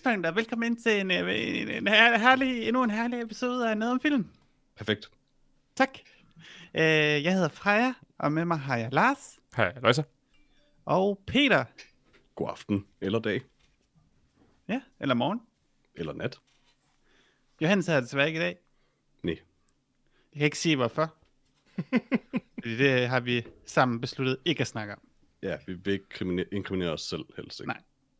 tidspunkt, og velkommen ind til endnu en herlig episode af Noget om Film. Perfekt. Tak. Jeg hedder Freja, og med mig har jeg Lars. Hej, Løjser. Og Peter. God aften, eller dag, Ja, eller morgen. eller nat. Johannes er desværre ikke i dag. Nej. Jeg kan ikke sige hvorfor. Fordi det har vi sammen besluttet ikke at snakke om. Ja, vi vil ikke inkriminere os selv helst, ikke? Nej.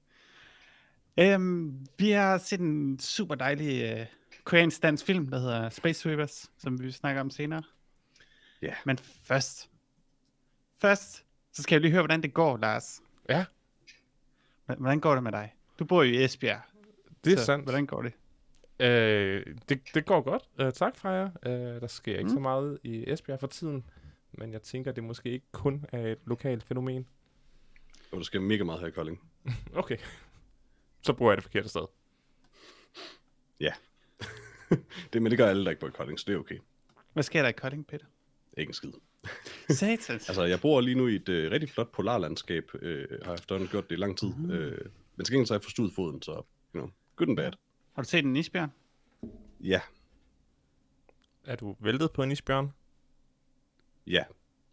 Vi har set en super dejlig koreansk dansk film, der hedder Space Sweepers, som vi snakker om senere. Ja. Men først, så skal jeg lige høre, hvordan det går, Lars. Ja. Hvordan går det med dig? Du bor jo i Esbjerg. Det er så sandt. Hvordan går det? Det går godt. Tak, Freja. Der sker ikke så meget i Esbjerg for tiden, men jeg tænker, det måske ikke kun er et lokalt fænomen. Og der sker mega meget her i Kolding. Okay. Så bruger jeg det forkerte sted. Ja. Men det gør alle, der ikke bor i Kolding, så det er okay. Hvad sker der i Kolding, Peter? Ikke en skid. Satans. Altså, jeg bor lige nu i et rigtig flot polarlandskab. Har efterhånden gjort det i lang tid. Men til gengæld så har jeg forstået foden, så good and bad. Har du set en isbjørn? Ja. Er du væltet på en isbjørn? Ja.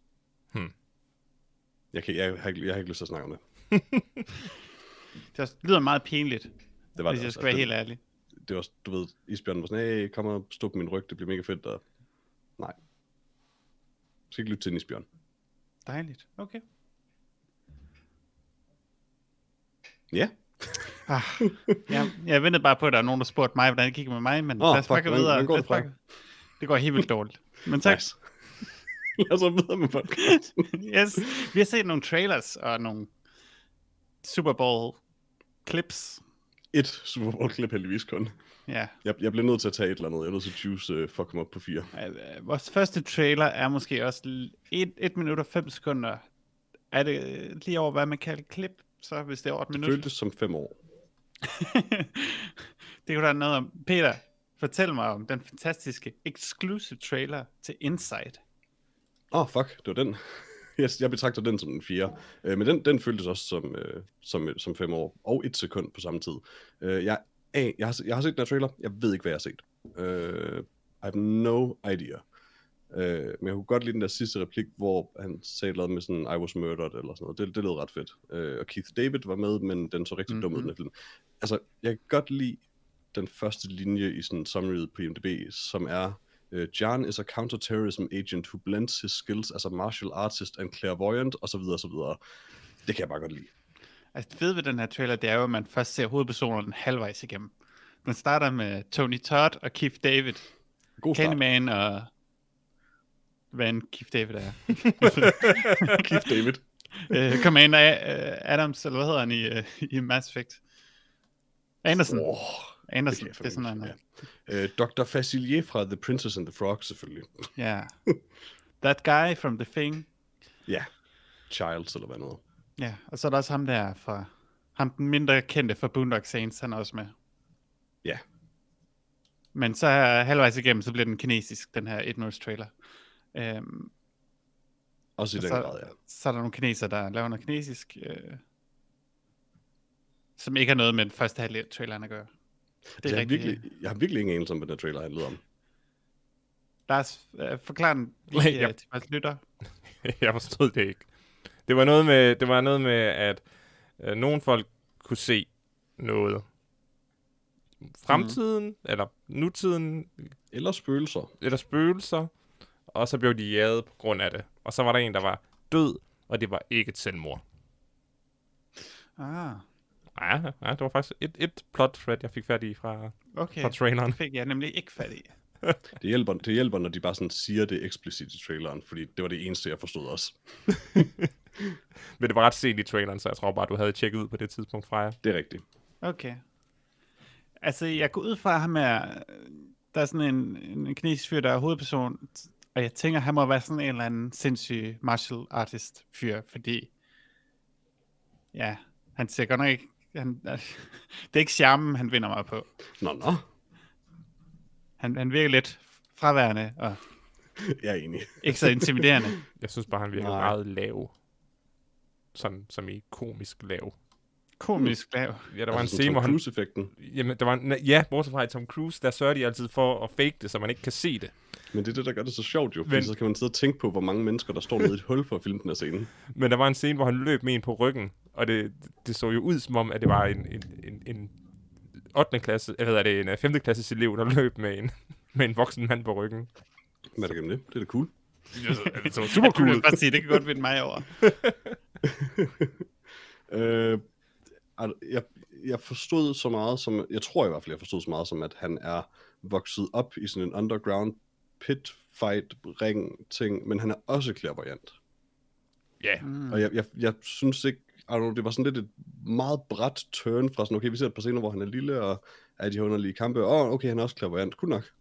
Jeg har ikke lyst til at snakke om det. Det lyder meget pinligt, Det var hvis det jeg også. skal være helt ærlig. Det var, du ved, isbjørnen var sådan, hey, kom og stå på min ryg, det bliver mega fedt, og nej. Jeg skal ikke lytte til en isbjørn. Dejligt, okay. Ja. Jeg ventede bare på, at der er nogen, der spurgte mig, hvordan det gik med mig, men lad os bare gå videre. Hvordan går det fra? Det går helt vildt dårligt. Men tak. Nice. Lad os videre med podcasten. Yes. Vi har set nogle trailers og nogle Super Bowl clips. Et Super Bowl-klip heldigvis kun. Ja. Jeg bliver nødt til at tage et eller andet. Jeg er nødt til at choose for at komme op på 4. Vores første trailer er måske også 1 minut og 5 sekunder. Er det lige over, hvad man kalder klip? Så hvis det er over et minut. Det føltes som 5 år. Det kunne der noget om. Peter, fortæl mig om den fantastiske exclusive trailer til Inside. Fuck, det var den. Jeg betragter den som en 4. Men den føltes også som 5 år. Og 1 sekund på samme tid. Jeg har set den her trailer. Jeg ved ikke, hvad jeg har set. I have no idea. Men jeg kunne godt lide den der sidste replik, hvor han sagde noget med sådan, I was murdered, eller sådan noget. Det lød ret fedt. Og Keith David var med, men den så rigtig dum ud, den her film. Altså, jeg kan godt lide den første linje i sådan summaryet på IMDb, som er, John is a counterterrorism agent who blends his skills as a martial artist and clairvoyant, og så videre, og så videre. Det kan jeg bare godt lide. Altså, det fede ved den her trailer, det er jo, at man først ser hovedpersonerne halvvejs igennem. Den starter med Tony Todd og Keith David. God start. Candyman og... Hvad en Keith David er. Keith David. Commander Adams, eller hvad hedder han i Mass Effect? Anderson. Anderson, det er sådan noget. Ja. Dr. Facilier fra The Princess and the Frog, selvfølgelig. Ja. That guy from The Thing. Ja. Childs, eller hvad noget. Ja, og så er der også ham der fra... Ham den mindre kendte fra Boondock Saints, han er også med. Ja. Men så halvvejs igennem, så bliver den kinesisk, den her 1-minuts trailer. Også i den grad, ja. Så er der nogle kineser, der laver noget kinesisk, som ikke har noget med den første halvdel af traileren at gøre. Det er jeg har virkelig ingen anelse om, hvad den trailer handlede om. Lars, forklar den lige til vores lytter. Jeg forstod det ikke. Det var noget med, at nogle folk kunne se noget. Fremtiden, eller nutiden. Eller spøgelser. Og så blev de jaget på grund af det. Og så var der en, der var død, og det var ikke et selvmord. Ja, det var faktisk et plot thread, jeg fik fat i fra traileren. Det fik jeg nemlig ikke fat i. Det hjælper, når de bare sådan siger det eksplicit i traileren, fordi det var det eneste, jeg forstod også. Men det var ret sent i traileren, så jeg tror bare, du havde tjekket ud på det tidspunkt fra jer. Det er rigtigt. Okay. Altså, jeg går ud fra ham her. Der er sådan en kinesisk fyr, der er hovedperson, og jeg tænker, han må være sådan en eller anden sindssyg martial artist fyr, fordi ja, han ser godt nok ikke, det er ikke charmen, han vinder mig på. Nå. Han virker lidt fraværende, og jeg er enig. Ikke så intimiderende. Jeg synes bare, han virker meget lav. Sådan, som i komisk lav. komisk lav. Ja, der var en Altså scene, Tom hvor han... Cruise-effekten. Jamen, der var ja, bortset fra i Tom Cruise, der sørger de altid for at fake det, så man ikke kan se det. Men det er det, der gør det så sjovt jo, fordi Men- så kan man sidde og tænke på, hvor mange mennesker, der står nede i et hul for at filme den her scene. Men der var en scene, hvor han løb med en på ryggen, og det så jo ud som om, at det var en 8. klasse, eller er det en 5. klasses elev, der løb med en voksen mand på ryggen. Hvad er der gennem det? Det er da cool. Det så super Det vil cool. jeg bare sige, det kan godt vinde mig over. Jeg forstod så meget som, jeg tror i hvert fald, jeg forstod så meget som, at han er vokset op i sådan en underground pit fight ring ting, men han er også clairvoyant. Ja, Mm. Og jeg synes ikke, det var sådan lidt et meget brat turn fra sådan, okay, vi ser et par scener, hvor han er lille, og er de her underlige kampe, okay, han er også clairvoyant, cool nok.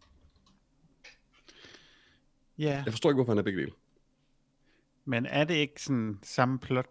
Ja, Jeg forstår ikke, hvorfor han er begge dele. men er det ikke sådan samme plot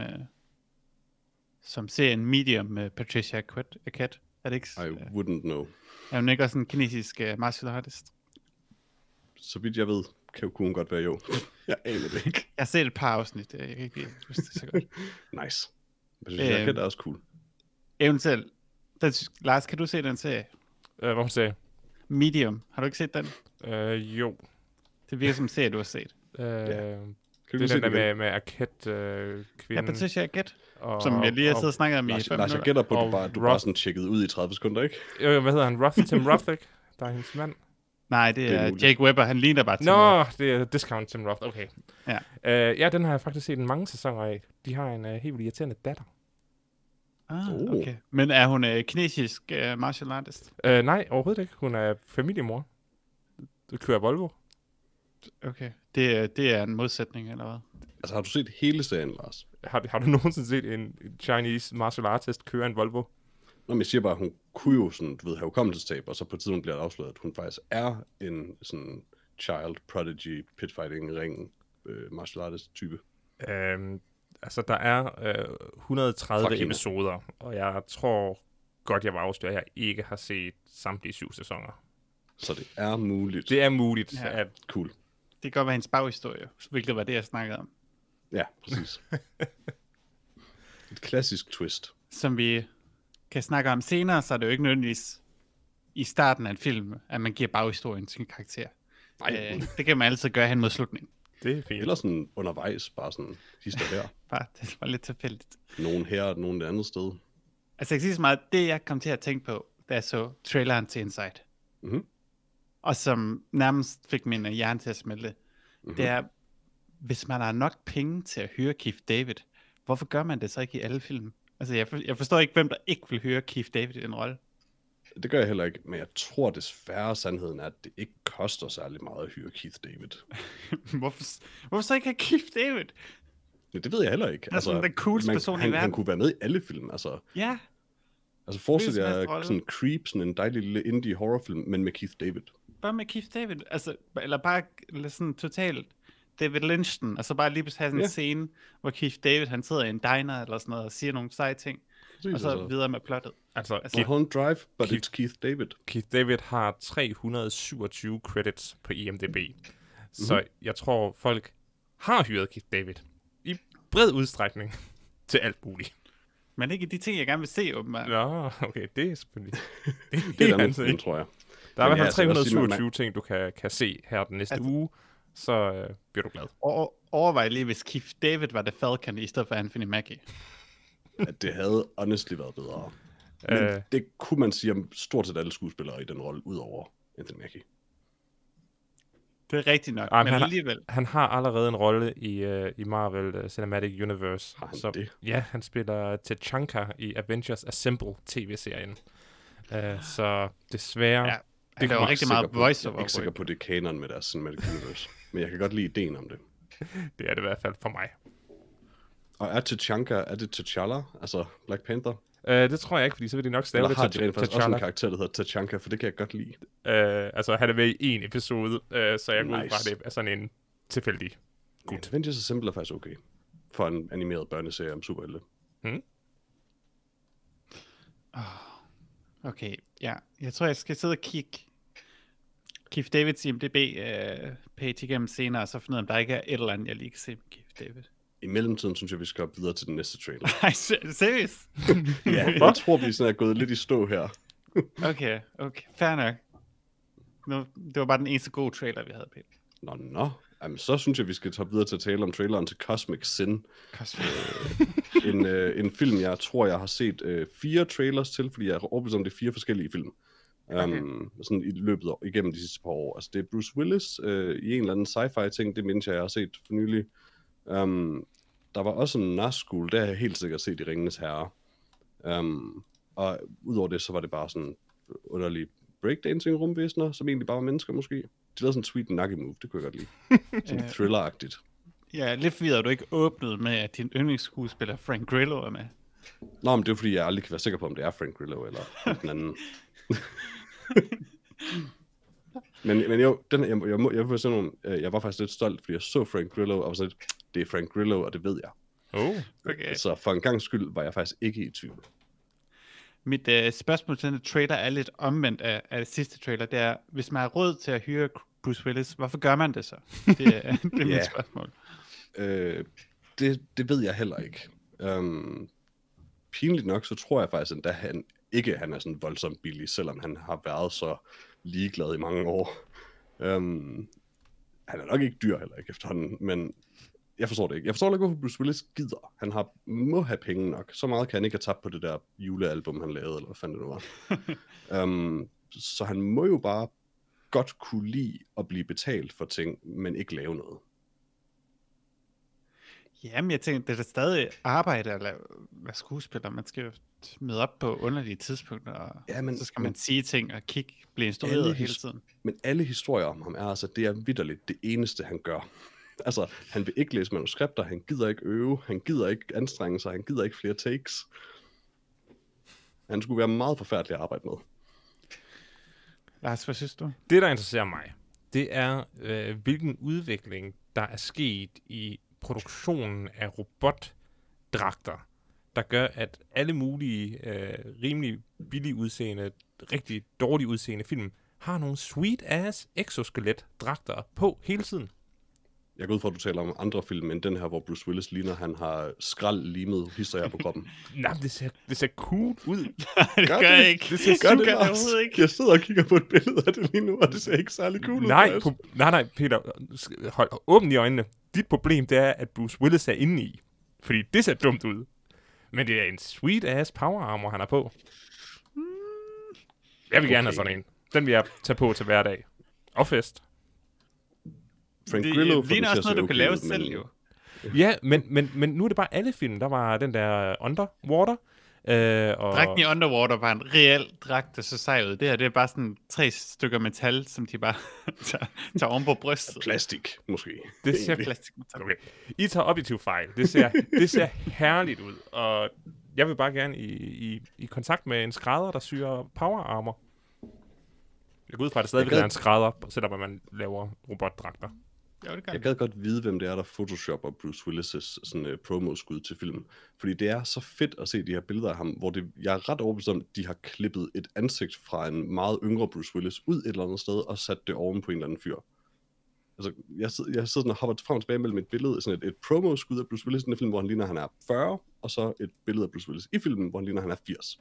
som serien Medium med Patricia Arquette? Er det ikke? I wouldn't know. Er hun ikke også en kinesisk martial artist? Så vidt jeg ved, kunne hun godt være jo. Jeg aner det ikke. Jeg har set et par afsnit, jeg kan ikke huske det så godt. Nice. Patricia Arquette er også cool. Eventuelt, Lars, kan du se den serie? hvorfor sagde Medium, har du ikke set den? jo. Det virker som en serie, du har set. Kan Det du er se den der det igen? med Arquette Ja, kvinden. Patricia Arquette, og, som jeg lige har siddet og snakket om i Lars, 5 jeg minutter. gætter på, at Og du bare Roth. sådan tjekkede ud i 30 sekunder, ikke? Jo, hvad hedder han? Tim Roth, ikke? Der er hendes mand. Nej, det Det er er muligt. Jake Webber, han ligner bare til Nå, det er Discount Tim Roth, okay. Ja. Ja, den har jeg faktisk set mange sæsoner af. De har en helt vildt irriterende datter. Okay. Men er hun kinesisk martial artist? Nej, overhovedet ikke. Hun er familiemor. Du kører Volvo. Okay. Det er en modsætning, eller hvad? Altså, har du set hele serien, Lars? Har du nogensinde set en Chinese martial artist køre en Volvo? Nå, men jeg siger bare, at hun kunne jo sådan, du ved, have hukommelsestab, og så på et tidspunkt bliver det afsløret, at hun faktisk er en sådan child prodigy pitfighting ring martial artist type. Altså, der er 130 Fuck hende. episoder, og jeg tror godt, jeg vil afsløre, at jeg ikke har set samtlige 7 sæsoner. Så det er muligt. Det er muligt, Ja. at... Cool. Det kan godt være hendes baghistorie, hvilket var det, jeg snakkede om. Ja, præcis. Et klassisk twist. Som vi kan snakke om senere, så er det jo ikke nødvendigvis i starten af en film, at man giver baghistorien til en karakter. Nej, Det kan man altid gøre hen mod slutningen. Det er fint. eller sådan undervejs, bare sådan, hister her. Bare, det var lidt tilfældigt. Nogen her, og nogen et andet sted. Altså jeg kan sige så meget, det jeg kom til at tænke på, da jeg så traileren til Inside, Mhm. og som nærmest fik min hjerne til at smelte, det er, hvis man har nok penge til at hyre Keith David, hvorfor gør man det så ikke i alle film? Altså jeg forstår ikke, hvem der ikke vil hyre Keith David i den rolle. Det gør jeg heller ikke, men jeg tror desværre sandheden er, at det ikke koster særlig meget at hyre Keith David. hvorfor så ikke have Keith David? Men det ved jeg heller ikke. Han er sådan den cooleste person i han verden. kunne være med i alle film. Altså Ja, forestil Hvilken som helst jer rolle. sådan Creep, sådan en dejlig lille indie horrorfilm, men med Keith David. bare med Keith David. Altså, eller bare sådan totalt David Lynch'en, og så bare lige pludselig have sådan en Ja. scene, hvor Keith David, han sidder i en diner eller sådan noget, og siger nogle seje ting, og så videre med plottet. Altså, Altså- Mulholland Drive, but Keith- it's Keith David. Keith David har 327 credits på IMDb. Så jeg tror, folk har hyret Keith David i bred udstrækning til alt muligt. Men ikke de ting, jeg gerne vil se, åbenbart. Nå, okay, det er selvfølgelig... Det Det er er et andet altså film, ikke. tror jeg. Der er i Men hvert fald ja, altså, jeg vil også sige, 327 ting, du kan se her den næste Altså- uge, så bliver du glad. Overvej lige, hvis Keith David var The Falcon, i stedet for Anthony Mackie. At det havde honestly været bedre. Men det kunne man sige om stort set alle skuespillere i den rolle, udover Anthony Mackie. Det er rigtigt nok, Ej, men han har- alligevel. Han har allerede en rolle i Marvel Cinematic Universe. Har han det? Ja, han spiller T'Chaka i Avengers Assemble tv-serien. Så desværre... Ja, Ja. han laver rigtig meget voiceover. Jeg er ikke sikker på, at det er kanon med deres Cinematic Universe. Men jeg kan godt lide ideen om det. Det er det i hvert fald for mig. Og er T'Challa, altså Black Panther? Det tror jeg ikke, fordi så vil de nok stave Eller det har til de rent faktisk også en T'Challa. karakter, der hedder T'Chaka, for det kan jeg godt lide. Altså, han er med i en episode, så jeg går ud fra, Nice. at det er sådan en tilfældig. Godt. Avengers Assemble er faktisk okay. For en animeret børneserie om superhelte. Okay, ja. Jeg tror, jeg skal sidde og kigge Keith Davids IMDb-page igennem senere, og så finde ud af, om der ikke er et eller andet, jeg lige kan se med Keith David. I mellemtiden synes jeg, vi skal op videre til den næste trailer. Ej, seriøst? Ja, jeg tror, vi sådan er gået lidt i stå her. Okay, fair nok. Det var bare den eneste gode trailer, vi havde, Peter. Nå. Jamen, så synes jeg, vi skal tage videre til at tale om traileren til Cosmic Sin. En film, jeg tror, jeg har set 4 trailers til, fordi jeg er overbevist om, det er 4 forskellige film. Okay. Sådan i løbet af, igennem de sidste par år. Altså, det er Bruce Willis i en eller anden sci-fi ting, det mindes jeg har set for nylig. Der var også en Nazgul, der har jeg helt sikkert set i Ringenes Herre. Og udover det, så var det bare sådan underlige breakdancing rumvæsener, som egentlig bare var mennesker måske. De lavede sådan en sweet nugget move, det kunne jeg godt lide. Sådan thriller-agtigt. Ja, lidt forvirret, at du ikke åbnede med, at din yndlingsskuespiller Frank Grillo er med. Nå, men det er fordi, jeg aldrig kan være sikker på, om det er Frank Grillo eller den anden. men jo, jeg var faktisk lidt stolt, fordi jeg så Frank Grillo, og var sådan, det er Frank Grillo, og det ved jeg. Okay. Så for en gang skyld var jeg faktisk ikke i tvivl. Mit spørgsmål til den trailer er lidt omvendt af det sidste trailer. Det er, hvis man har råd til at hyre Bruce Willis, hvorfor gør man det så? Det er mit spørgsmål. Det ved jeg heller ikke. Pinligt nok, så tror jeg faktisk, at han er sådan voldsomt billig, selvom han har været så ligeglad i mange år. Han er nok ikke dyr heller ikke efterhånden, men jeg forstår det ikke. Jeg forstår ikke, hvorfor Bruce Willis gider. Han må have penge nok. Så meget kan han ikke have tabt på det der julealbum, han lavede, eller hvad fanden det nu var. Så han må jo bare godt kunne lide at blive betalt for ting, men ikke lave noget. Jamen, jeg tænker, det er da stadig arbejde at være skuespiller. Man skal jo møde op på underlige tidspunkter, og så skal man sige ting og blive instrueret hele tiden. Men alle historier om ham er altså, det er vitterligt det eneste, han gør. Altså, han vil ikke læse manuskripter, han gider ikke øve, han gider ikke anstrenge sig, han gider ikke flere takes. Han skulle være meget forfærdelig at arbejde med. Lars, hvad synes du? Det, der interesserer mig, det er, hvilken udvikling, der er sket i produktionen af robotdragter, der gør, at alle mulige rimelig billige udseende, rigtig dårlige udseende film, har nogle sweet-ass exoskelet-dragter på hele tiden. Jeg går ud fra, at du taler om andre film end den her, hvor Bruce Willis ligner, han har skrald limet hister her på kroppen. Nej, det ser cool ud. Det gør jeg ikke. Det ser gør det overhovedet ikke. Jeg sidder og kigger på et billede af det lige nu, og det ser ikke særlig cool ud. Nej, Peter. Hold åbent i øjnene. Dit problem, det er, at Bruce Willis er inde i. Fordi det ser dumt ud. Men det er en sweet-ass power armor, han er på. Jeg vil gerne have sådan en. Den vil jeg tage på til hverdag. Og fest. Frank Grillo det ligner også noget, du kan lave selv, jo. Ja, men nu er det bare alle film. Der var den der Underwater. Dragten i Underwater var en reel dragt, der så sej ud. Det her, det er bare sådan 3 stykker metal, som de bare tager om på brystet. Plastik, måske. Det ser plastikmetal. Okay. I tager objektiv fejl. Det ser herligt ud. Og jeg vil bare gerne i kontakt med en skrædder, der syr power armor. Jeg går ud fra, at det stadigvæk er en skrædder, selvom man laver robotdragter. Jeg gad godt vide, hvem det er, der photoshopper Bruce Willis' sådan promo-skud til filmen. Fordi det er så fedt at se de her billeder af ham, hvor jeg er ret overbevist om, de har klippet et ansigt fra en meget yngre Bruce Willis ud et eller andet sted, og sat det oven på en eller anden fyr. Altså, jeg sidder sådan og hopper frem og tilbage mellem et billede, sådan et promo-skud af Bruce Willis i den film, hvor han ligner, han er 40, og så et billede af Bruce Willis i filmen, hvor han ligner, han er 80.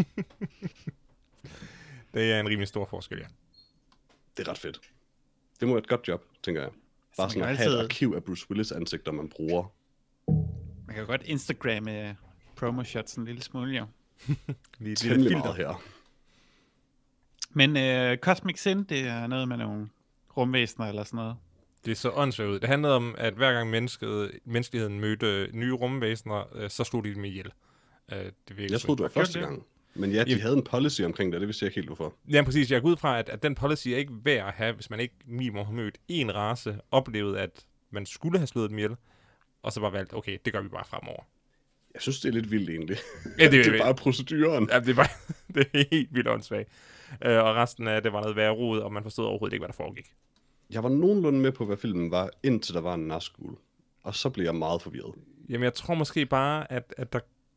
Det er en rimelig stor forskel, ja. Det er ret fedt. Det må være et godt job, tænker jeg. Bare sådan at have et arkiv af Bruce Willis ansigter, man bruger. Man kan jo godt Instagramme promo-shots en lille smule, jo. Temmelig meget her. Men Cosmic Sin, det er noget med nogle rumvæsener eller sådan noget. Det er så åndssvagt ud. Det handlede om, at hver gang menneskeligheden mødte nye rumvæsener, så slog de dem ihjel. Jeg troede, det var første gang. Men ja, de havde en policy omkring det vidste jeg ikke helt hvorfor. Ja, præcis. Jeg går ud fra, at den policy er ikke værd at have, hvis man ikke minimum har mødt en race, oplevet, at man skulle have slået dem ihjel, og så bare valgt, okay, det gør vi bare fremover. Jeg synes, det er lidt vildt egentlig. Ja, det er bare proceduren. Ja, det er helt vildt åndssvagt. Og resten af det var noget værre rod, og man forstod overhovedet ikke, hvad der foregik. Jeg var nogenlunde med på, hvad filmen var, indtil der var en Nazgul. Og så blev jeg meget forvirret. Jamen, jeg tror måske bare, at der...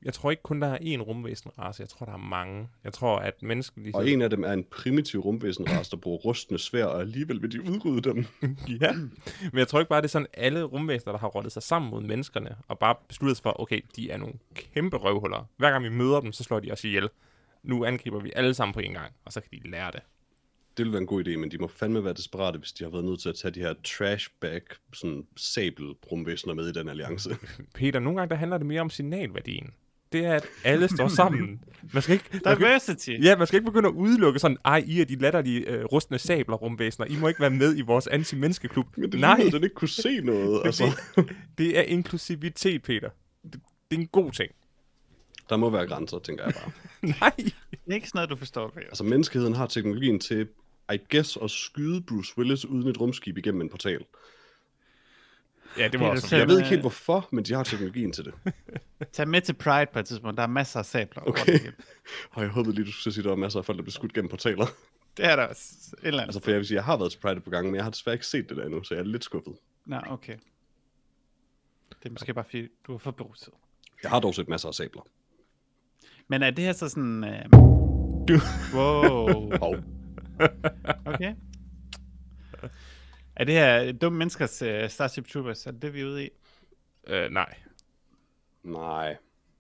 Jeg tror ikke kun, der er én rumvæsenrace. Jeg tror, der er mange. Jeg tror, at mennesker... Og en af dem er en primitiv rumvæsenrace, der bruger rustne sværd, og alligevel vil de udrydde dem. Ja, men jeg tror ikke bare, det er sådan alle rumvæsener, der har rottet sig sammen mod menneskerne, og bare besluttet sig for, okay, de er nogle kæmpe røvhuller. Hver gang vi møder dem, så slår de os ihjel. Nu angriber vi alle sammen på en gang, og så kan de lære det. Det ville være en god idé, men de må fandme være desperate, hvis de har været nødt til at tage de her trashbag, sådan sabel-rumvæsener med i den alliance. Peter, nogle gange der handler det mere om signalværdien. Det er, at alle står sammen. Man skal ikke, Diversity. man skal ikke begynde at udelukke sådan, I er de latterlige rustne sabler rumvæsener. I må ikke være med i vores anti-menneskeklub. Men det Nej, lyder, at den ikke kunne se noget. men Altså. det er inklusivitet, Peter. Det er en god ting. Der må være grænser, tænker jeg bare. Nej. Det er ikke sådan noget, du forstår, Peter. Altså, menneskeheden har teknologien til, I guess, at skyde Bruce Willis uden et rumskib igennem en portal. Ja, det Peter, var også så- Jeg ved ikke helt hvorfor, men de har teknologien til det. Tag med til Pride på et tidspunkt. Der er masser af sabler. Okay. Og jeg håbede lige, du skulle sige, at der var masser af folk, der blev skudt gennem portaler. Det er der også et eller andet. Altså, for jeg vil sige, jeg har været til Pride på gangen, men jeg har desværre ikke set det der endnu, så jeg er lidt skuffet. Nå, okay. Det er måske bare fordi, du er for beruset. Jeg har dog set masser af sabler. Men er det her så sådan... Du- Wow. Og Okay. Er det her dumme menneskers Starship Troopers? Er det vi er ude i? nej. nej.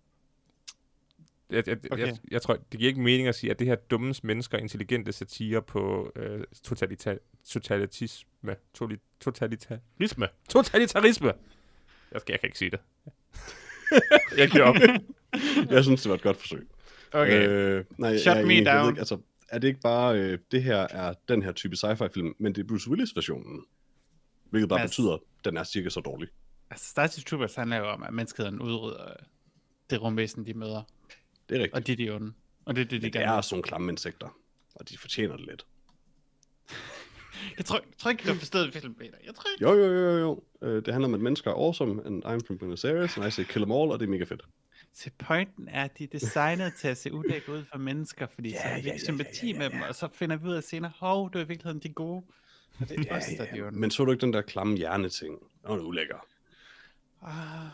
Okay. Jeg tror, det giver ikke mening at sige, at det her dumme mennesker intelligente satire på totalitarisme. Totalitarisme. Jeg kan ikke sige det. Jeg giver op. Jeg synes, det var et godt forsøg. Okay. Nej, Shut jeg er me enig. Jeg ved down. ikke, altså, er det ikke bare, det her er den her type sci-fi film, men det er Bruce Willis-versionen. Hvilket bare Mads. betyder, at den er cirka så dårlig. Altså, Starship Troopers handler jo om, at menneskeheden udrydder det rumvæsen, de møder. Det er rigtigt. Og de onde. Og det er det, de Men det gerne er vil. sådan nogle klamme insekter, og de fortjener det lidt. Jeg tror ikke, du har forstået filmen, Peter. Jeg tror ikke. Jo. Det handler om, at mennesker er awesome, and I'm from Buenos Aires, and I say kill them all, og det er mega fedt. Så pointen er, at de er designet til at se udækket ud for mennesker, fordi så har vi ikke sympati med dem, og så finder vi ud af senere, hov, det er i virkeligheden de gode. Og det er også, der er de onde. Men så du ikke den der klamme hjerneting? Den var ulækker. Ah.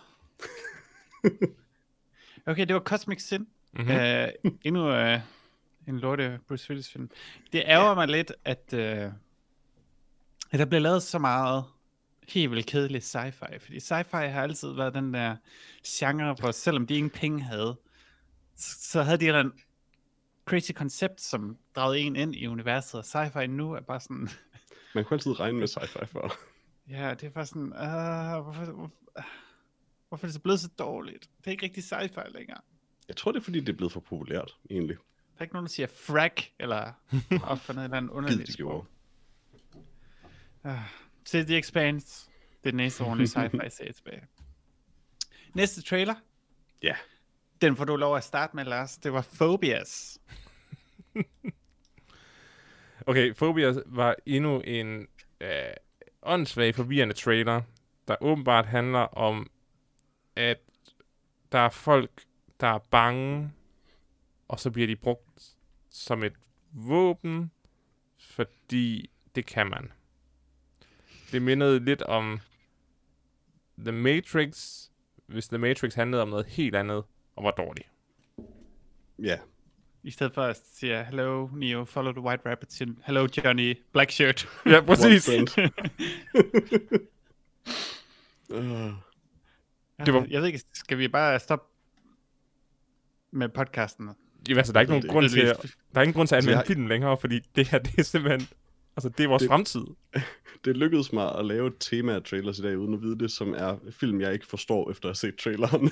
Okay, det var Cosmic Sin. Mhm. Endnu en lorte Bruce Willis film. Det ærger mig lidt, at der bliver lavet så meget helt vildt kedelig sci-fi, fordi sci-fi har altid været den der genre, hvor selvom de ingen penge havde, så havde de et eller andet crazy koncept, som dragede en ind i universet, og sci-fi nu er bare sådan, Man kunne altid regne med sci-fi før. ja, det er bare sådan, hvorfor er det så blevet så dårligt? Det er ikke rigtig sci-fi længere. Jeg tror, det er fordi, det er blevet for populært, egentlig. Der er ikke nogen, der siger frack, eller opfundet et eller andet Gid, underligt de sprog. gjorde. Se The Expanse. Det er den næste ordentlige sci-fi serie tilbage. Næste trailer. Ja. Den får du lov at starte med, Lars. Det var Phobias. Okay, Phobia var endnu en åndssvag forvirrende trailer, der åbenbart handler om, at der er folk, der er bange, og så bliver de brugt som et våben, fordi det kan man. Det mindede lidt om The Matrix, hvis The Matrix handlede om noget helt andet, og var dårligt. Ja. I stedet for at sige, hello Neo, follow the white rabbit, siger, hello Johnny, black shirt. Ja, præcis. One friend. Det var- Jeg ved ikke, skal vi bare stoppe med podcasten? Altså, der er ikke nogen grund til, der er ingen grund til at Altså, anmelde jeg- film længere, fordi det her, det er simpelthen, altså det er vores fremtid. Det lykkedes mig at lave et tema af trailers i dag, uden at vide det, som er film, jeg ikke forstår, efter at have set traileren.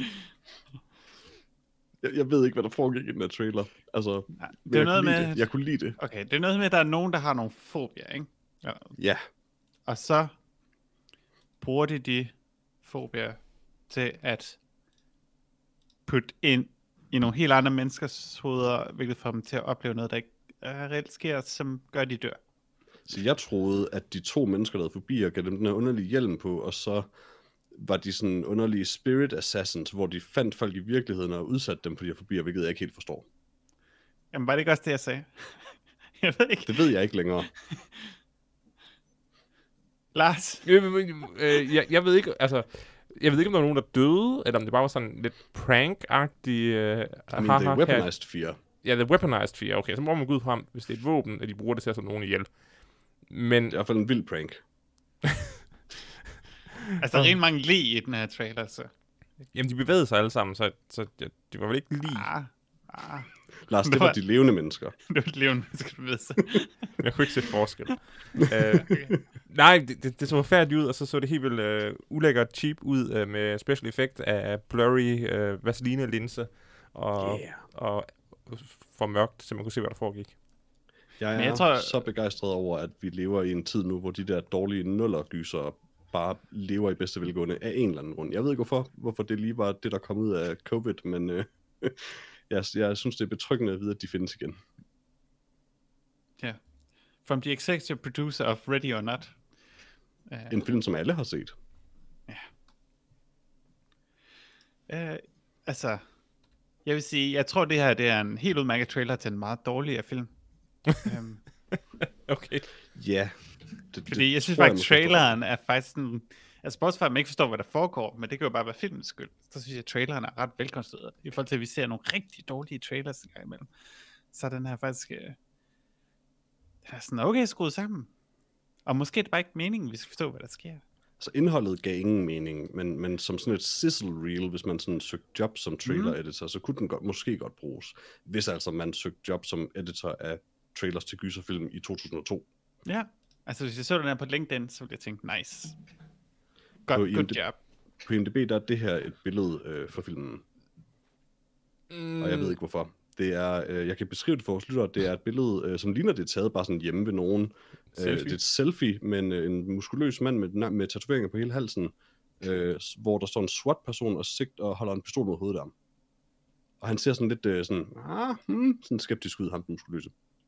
Jeg ved ikke, hvad der foregik i den her trailer. Altså, Nej, men det er jeg noget kunne lide med, det. Jeg kunne lide det. okay, det er noget med, at der er nogen, der har nogle fobier, ikke? Ja. Ja. Og så bruger de fobier til at putte ind i nogle helt andre menneskers hoveder, hvilket får dem til at opleve noget, der ikke reelt sker, som gør, de dør. Så jeg troede, at de to mennesker, der havde forbi, og gav dem den her underlige hjelm på, og så var de sådan underlige spirit assassins, hvor de fandt folk i virkeligheden og udsatte dem for de her fobier, hvilket jeg ikke helt forstår. Jamen, var det ikke også det, jeg sagde? Jeg ved ikke. Det ved jeg ikke længere. Lars? Jeg ved ikke, altså, Jeg ved ikke, om der var nogen, der døde, eller om det bare var sådan lidt prank-agtig... I mean, The Weaponized 4. Ja, The Weaponized 4. Okay, så må man gå ud fra, hvis det er et våben, at de bruger det til at slå nogen ihjel. Men... Det er i hvert fald en vild prank. Altså, der er rimelig mange lig i den her trailer, så... Jamen, de bevægede sig alle sammen, så det var vel ikke lige... Lars, det var de levende mennesker. Det var de levende mennesker, du ved så. Jeg kunne ikke se forskel. Nej, det så forfærdeligt ud, og så det helt vildt ulækkert cheap ud med special effect af blurry Vaseline-linse og for mørkt, så man kunne se, hvad der foregik. Jeg tror... så begejstret over, at vi lever i en tid nu, hvor de der dårlige nullerlysere bare lever i bedste velgående af en eller anden grund. Jeg ved ikke hvorfor det lige var det, der kom ud af covid, men jeg synes, det er betryggende at vide, at de findes igen. Ja. From the executive producer of Ready or Not. En film, som alle har set. Ja. Altså, jeg vil sige, jeg tror, det her det er en helt udmærket trailer til en meget dårligere film. Okay. Ja. Fordi jeg synes faktisk, traileren er faktisk sådan... Altså, bortset fra, at man ikke forstår, hvad der foregår, men det kan jo bare være filmens skyld. Så synes jeg, at traileren er ret velkonstrueret. I forhold til, at vi ser nogle rigtig dårlige trailers en gang imellem. Så den her faktisk... den er sådan, okay, skruet sammen. Og måske er det bare ikke meningen, vi skal forstå, hvad der sker. Så indholdet gav ingen mening, men som sådan et sizzle reel, hvis man sådan søgte job som trailer editor, så kunne den måske godt bruges. Hvis altså man søgte job som editor af trailers til gyserfilm i 2002. Ja, altså hvis jeg så den her på LinkedIn, så ville jeg tænke, nice. Good job. På IMDb, der er det her et billede for filmen. Og jeg ved ikke hvorfor. Det er, jeg kan beskrive det for vores lyttere, det er et billede, som ligner det er taget bare sådan hjemme ved nogen. Det er et selfie med en muskuløs mand med tatoveringer på hele halsen, hvor der står en SWAT-person og holder en pistol mod hovedet af ham. Og han ser sådan lidt sådan skeptisk ud, ham den muskuløse.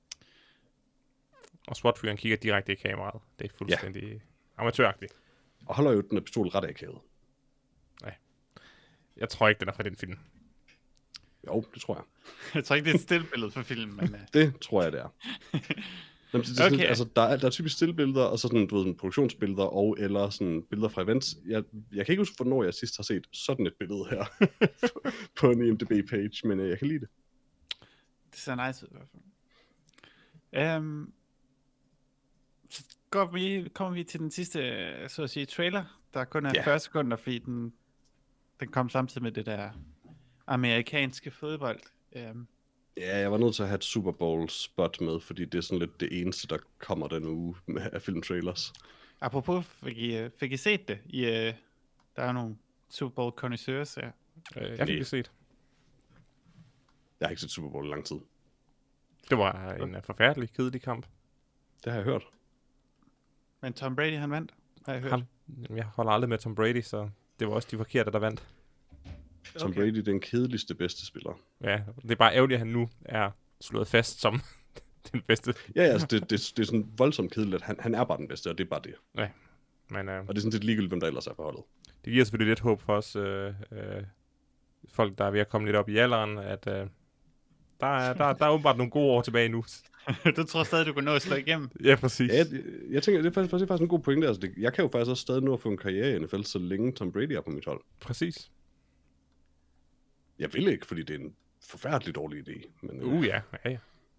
Og SWAT-fyren kigger direkte i kameraet. Det er fuldstændig amatøragtigt. Og holder jo den her pistol ret akavet. Nej. Jeg tror ikke, den er fra den film. Jo, det tror jeg. Jeg tror ikke, det er et stillbillede for filmen, men... Det tror jeg, det er. Jamen, det er sådan, altså, der er typisk stillbilleder, og så sådan, du ved, sådan produktionsbilleder, og eller sådan billeder fra events. Jeg kan ikke huske, hvornår jeg sidst har set sådan et billede her på en IMDb-page, men jeg kan lide det. Det ser nice ud i hvert fald. Så kommer vi til den sidste, så at sige, trailer, der kun er 40 sekunder, fordi den kom samtidig med det der amerikanske fodbold. Ja, jeg var nødt til at have et Super Bowl spot med, fordi det er sådan lidt det eneste, der kommer den uge af filmtrailers. Apropos, fik I set det? Der er nogle Super Bowl connoisseurs her. Jeg fik det set. Jeg har ikke set Super Bowl i lang tid. Det var en forfærdelig, kedelig kamp. Det har jeg hørt. Men Tom Brady, han vandt, har jeg hørt. Jeg holder aldrig med Tom Brady, så det var også de forkerte, der vandt. Tom Brady er den kedeligste bedste spiller. Ja, det er bare ærgerligt, at han nu er slået fast som den bedste. Ja, altså det er sådan voldsomt kedeligt, at han er bare den bedste, og det er bare det. Ja, men... og det er sådan lidt ligegyldigt, hvem der ellers er på holdet. Det giver selvfølgelig lidt håb for os, folk, der er ved at komme lidt op i alderen, at der er åbenbart nogle gode år tilbage nu. Du tror stadig, du kan nå at slå igennem? Ja, præcis. Ja, jeg tænker, det er faktisk en god pointe. Altså, jeg kan jo faktisk også stadig nå at få en karriere i NFL, så længe Tom Brady er på mit hold. Præcis. Jeg vil ikke, fordi det er en forfærdelig dårlig idé. Men, ja. Altså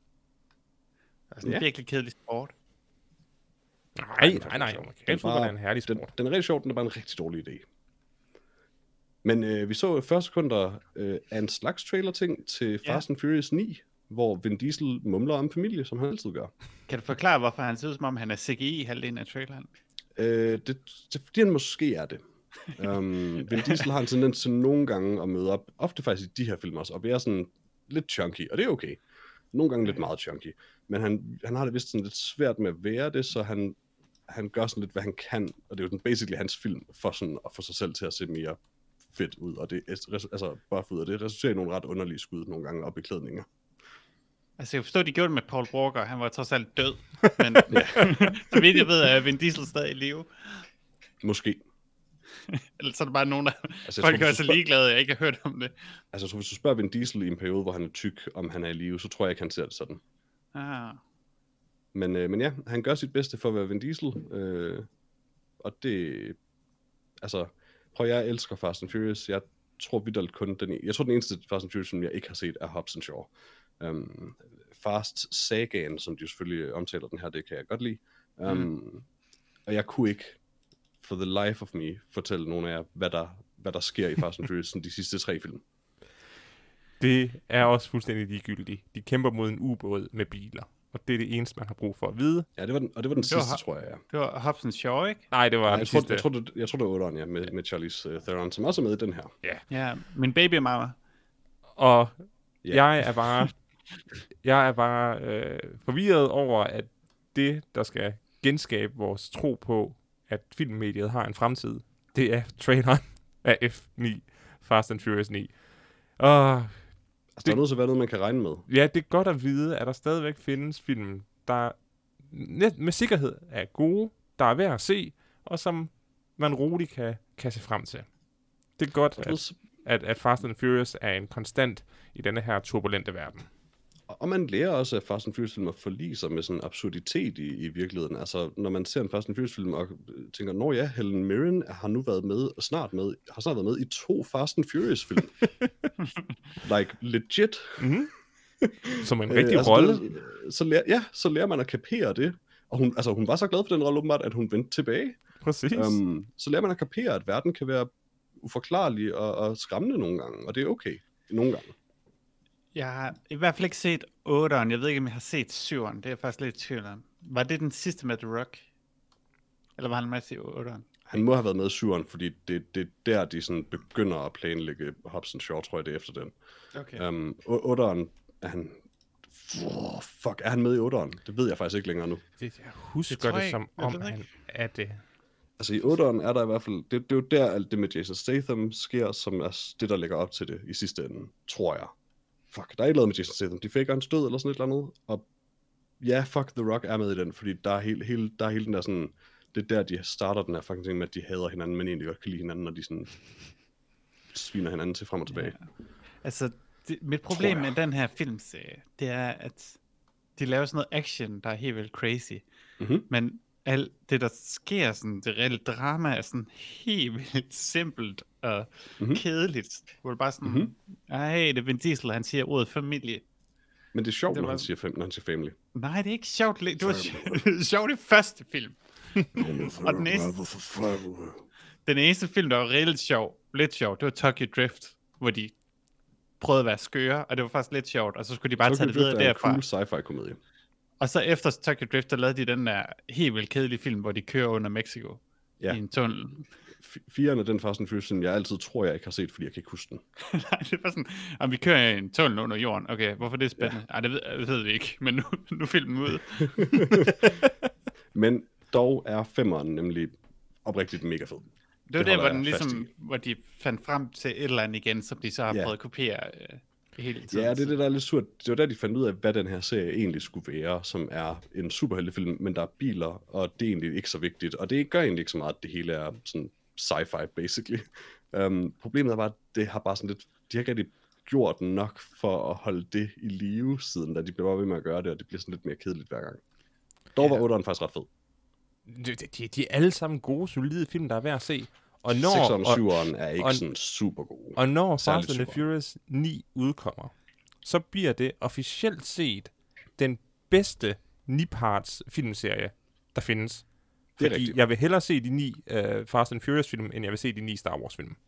en virkelig kedelig sport. Nej. Amerikansk fodbold er en herlig sport. Den er rigtig sjov, den er bare en rigtig dårlig idé. Men vi så 40 sekunder af en slags trailer-ting til Fast and Furious 9, hvor Vin Diesel mumler om familie, som han altid gør. Kan du forklare, hvorfor han ser ud som om, han er CGI i halvdelen af traileren? Det fordi han måske er det. Vin Diesel har en tendens til nogle gange at møde op, ofte faktisk i de her filmer også, og være sådan lidt chunky, og det er okay. Nogle gange lidt meget chunky. Men han har det vist sådan lidt svært med at være det, så han gør sådan lidt, hvad han kan, og det er jo den basically hans film, for sådan at få sig selv til at se mere fedt ud, og det altså buff ud, og det resulterer i nogle ret underlige skud nogle gange op i klædninger. Altså jeg forstår, de gjorde det med Paul Walker, han var trods alt død, men så vidt jeg ved, er Vin Diesel stadig i live. Måske. Eller så er det bare nogen, der folk er så ligeglade, jeg ikke har hørt om det. Altså jeg tror, hvis du spørger Vin Diesel i en periode, hvor han er tyk, om han er i live, så tror jeg ikke, han ser det sådan. Men ja, han gør sit bedste for at være Vin Diesel, og det, altså, Prøv, jeg elsker Fast and Furious. Jeg tror vitterligt kun jeg tror, den eneste Fast and Furious, som jeg ikke har set, er Hobbs and Shaw. Fast Sagaen, som de selvfølgelig omtaler den her, det kan jeg godt lide. Og jeg kunne ikke, for the life of me, fortælle nogen af jer, hvad der sker i Fast and Furious, de sidste 3 film. Det er også fuldstændig ligegyldigt. De kæmper mod en ubåd med biler. Og det er det eneste, man har brug for at vide. Ja, det var den sidste, tror jeg, ja. Det var Hobbs and Shaw, ikke? Nej, det var Ja, den sidste. jeg tror, det var 8'eren, ja, med Charlize Theron, som også er med i den her. Ja, min baby mama. Og Ja. jeg er bare forvirret over, at det, der skal genskabe vores tro på, at filmmediet har en fremtid, det er traileren af F9, Fast and Furious 9. Og Altså, der er nødt til at være noget, man kan regne med. ja, det er godt at vide, at der stadigvæk findes film, der med sikkerhed er gode, der er værd at se, og som man roligt kan se frem til. Det er godt, at Fast and Furious er en konstant i denne her turbulente verden. Og man lærer også, at Fast and Furious-film at forlige sig med sådan en absurditet i virkeligheden. Altså, når man ser en Fast and Furious-film og tænker, nå ja, Helen Mirren har nu været med, har snart været med i 2 Fast and Furious-film. Like, legit. Mm-hmm. Som en rigtig rolle. Så lærer man at kapere det. Og hun var så glad for den rolle, åbenbart, at hun vendte tilbage. Præcis. Så lærer man at kapere, at verden kan være uforklarlig og skræmmende nogle gange. Og det er okay nogle gange. Jeg har i hvert fald ikke set 8'eren. Jeg ved ikke, om jeg har set 7'eren. Det er jeg faktisk lidt i tvivl om. Var det den sidste med The Rock? Eller var han med i 8'eren? Han må have været med i 7'eren, fordi det er der, de sådan begynder at planlægge Hobbs and Shaw, tror jeg, det er efter den. Okay. 8'eren er han... er han med i 8'eren? Det ved jeg faktisk ikke længere nu. Jeg husker det som om, han er det. Altså i 8'eren er der i hvert fald... Det er jo der, alt det med Jason Statham sker, som er det, der lægger op til det i sidste ende, tror jeg. Der er ikke noget med Jason Statham. De faker hans død eller sådan et eller andet. Og ja, The Rock er med i den, fordi der er hele den der sådan... Det er der, de starter den her fucking ting med, at de hader hinanden, men egentlig godt kan lide hinanden, når de sådan sviner hinanden til frem og tilbage. Ja. Altså, mit problem med den her filmserie, det er, at de laver sådan noget action, der er helt vildt crazy. Mm-hmm. Men alt det, der sker, sådan, det reelle drama, er sådan helt vildt simpelt og kedeligt. Hvor det bare sådan, hey, det er Vin Diesel, han siger ordet familie. Men det er sjovt, når han siger family. Nej, det er ikke sjovt. Det var sjovt i første film. Og den eneste film, der var reelt lidt sjov, det var Tokyo Drift, hvor de prøvede at være skøre, og det var faktisk lidt sjovt, og så skulle de bare tage det videre derfra. Cool sci-fi komedie. Og så efter Tokyo Drift, der lavede de den der helt vildt kedelige film, hvor de kører under Mexico i en tunnel. 4'eren af den Fast and Furious, jeg altid tror, jeg ikke har set, fordi jeg kan ikke huske den. Nej, det var sådan, om vi kører i en tunnel under jorden. Okay, hvorfor det er spændende? Ej, det ved vi ikke, men nu filmen ud. Men dog er 5'eren nemlig oprigtigt mega fed. Det var der, hvor den ligesom, hvor de fandt frem til et eller andet igen, som de så har prøvet at kopiere hele tiden. Ja, det er det, der er lidt surt. Det var der, de fandt ud af, hvad den her serie egentlig skulle være, som er en superheltefilm, men der er biler, og det er egentlig ikke så vigtigt. Og det gør egentlig ikke så meget, at det hele er sådan sci-fi, basically. Problemet er bare, at det har bare sådan lidt... De har ikke rigtig gjort nok for at holde det i live, siden da de blev bare ved med at gøre det, og det bliver sådan lidt mere kedeligt hver gang. Dog var 8'eren faktisk ret fed. De er alle sammen gode, solide film, der er værd at se. Og 6'eren og 7'eren er ikke sådan super gode. Og når Fast and Furious 9 udkommer, så bliver det officielt set den bedste 9-parts filmserie, der findes. Det er Fordi rigtigt. jeg vil hellere se de 9 Fast and Furious film, end jeg vil se de 9 Star Wars film.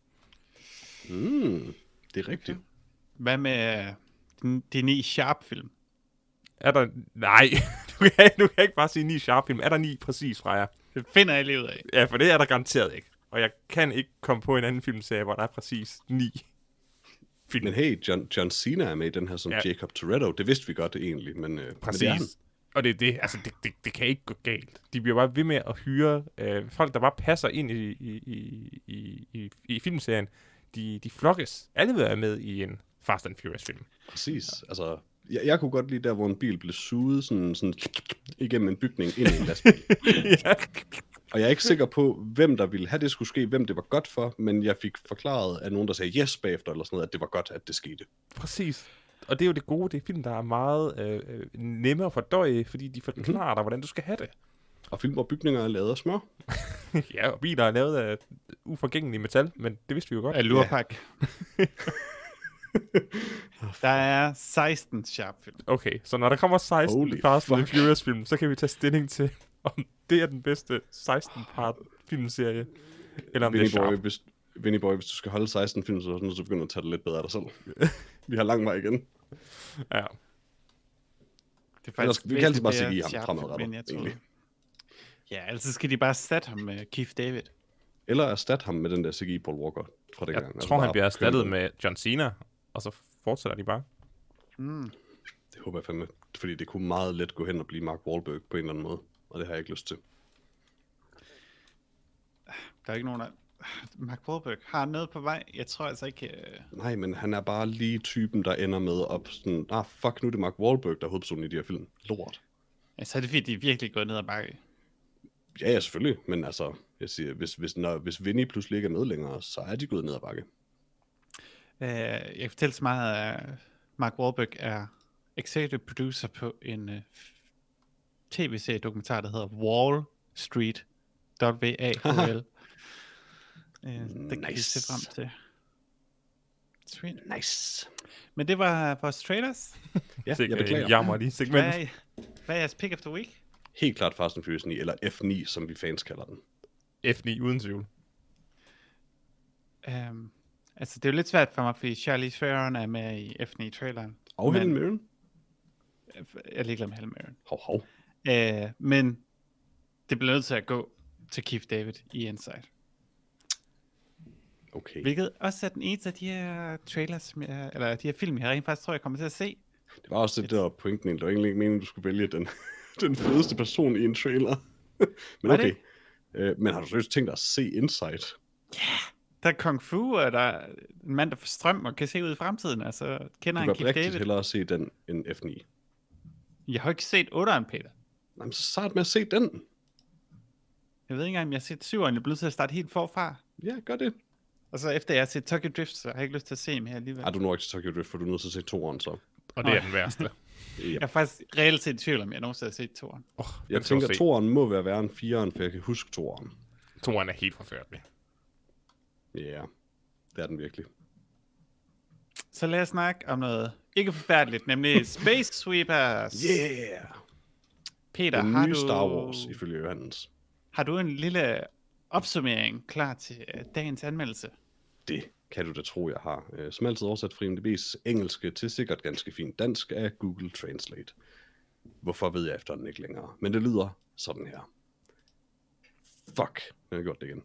Det er rigtigt. Hvad med de 9 Sharp-film? Er der... Nej, du kan ikke bare sige 9 Sharp film. Er der 9 præcis, Freja? Det finder jeg livet af. Ja, for det er der garanteret ikke. Og jeg kan ikke komme på en anden filmserie, hvor der er præcis 9 film. Men hey, John Cena er med i den her som Jacob Toretto. Det vidste vi godt egentlig, men præcis. Men det er han. Og det er det, altså det kan ikke gå galt. De bliver bare ved med at hyre folk, der bare passer ind i filmserien. De flokkes. Alle vil være med i en Fast and Furious film. Præcis. Altså, jeg kunne godt lide der, hvor en bil blev suget sådan igennem en bygning ind i en lastbil. Ja. Og jeg er ikke sikker på, hvem der ville have det skulle ske, hvem det var godt for, men jeg fik forklaret af nogen, der sagde yes bagefter, eller sådan noget, at det var godt, at det skete. Præcis. Og det er jo det gode, det er film, der er meget nemmere at fordøje, fordi de forklarer dig, hvordan du skal have det. Og film, hvor bygninger er lavet af smør. Ja, og biler er lavet af uforgængelig metal, men det vidste vi jo godt. Allurpak. Der er 16 Sharp-film. Okay, så når der kommer 16 Holy Fast and fuck. Furious film, så kan vi tage stilling til, om det er den bedste 16-part filmserie, eller om det er Sharp. Vinnie Boy, hvis du skal holde 16 film, så er du nødt til at begynde at tage det lidt bedre af dig selv. Vi har lang vej igen. Ja. Det er Ellers, vi kan altid bare sige væsentligt ham mere fremadrettet, Sharp-film, end jeg troede. egentlig. Ja, altså skal de bare erstatte ham med Keith David. Eller erstatte ham med den der CGI Paul Walker fra det Jeg gang. tror, han bare bliver erstattet køle den. med John Cena, og så fortsætter de bare. Det håber jeg fandme. Fordi det kunne meget let gå hen og blive Mark Wahlberg på en eller anden måde. Og det har jeg ikke lyst til. Der er ikke nogen, der... Mark Wahlberg har noget på vej. Jeg tror altså ikke... Nej, men han er bare lige typen, der ender med op sådan, fuck, nu er det Mark Wahlberg, der er hovedpersonen i de her film. Lort. Ja, så er det fordi, de er virkelig gået ned ad bakke. Ja, selvfølgelig. Men altså, jeg siger, hvis Vinnie pludselig ikke er med længere, så er de gået ned ad bakke. Jeg kan fortælle så meget, at Mark Wahlberg er executive producer på en tv-serie-dokumentar, der hedder Wall Street. W-A-L. Det kan I se frem til. Sweet. Nice. Men det var vores trailers. Ja, jeg beklager. Jammer lige segment. Hvad er jeres pick of the week? Helt klart Fast and Furious 9, eller F9, som vi fans kalder den. F9 uden tvivl. Altså, det er jo lidt svært for mig, fordi Charlize Theron er med i F9-traileren. Og Helen Mirren. Jeg er ligeglad med Helen Mirren. Hov. Men det bliver nødt til at gå til Keith David i Inside. Okay. Hvilket også er den eneste af de her trailers, eller de her film, jeg rent faktisk tror, jeg kommer til at se. Det var også det der pointen. Det var egentlig ikke meningen, du skulle vælge den fedeste person i en trailer. Men okay. Men har du seriøst tænkt dig at se Inside? Der er kung fu, og der er en mand, der får strøm og kan se ud i fremtiden. Altså, kender han Du Keith kan rigtigt David? hellere se den end F9. Jeg har ikke set 8'eren, Peter. Jamen, så start med at se den. Jeg ved ikke engang, om jeg har set 7'eren. Jeg er blevet til at starte helt forfra. Ja, gør det. Og så efter jeg har set Tokyo Drift, så har jeg ikke lyst til at se mere alligevel. Ej, du når ikke til Tokyo Drift, for du er nødt til at se toeren så. Og det er den værste. Jeg er faktisk reelt set i tvivl, om jeg nogensinde har set 2'eren. Jeg tænker, at toeren må være værre end 4'eren, for jeg kan huske toeren. Toeren er helt forfærdelig. Ja, det er den virkelig. Så lad os snakke om noget ikke forfærdeligt, nemlig Space Sweepers. Yeah! Peter, Den nye Star Wars, ifølge Johannes. har du en lille opsummering klar til dagens anmeldelse? Det kan du da tro, jeg har. Som altid oversat fra IMDb's engelske til sikkert ganske fint dansk af Google Translate. Hvorfor ved jeg efterhånden ikke længere. Men det lyder sådan her. Fuck, jeg har gjort det igen.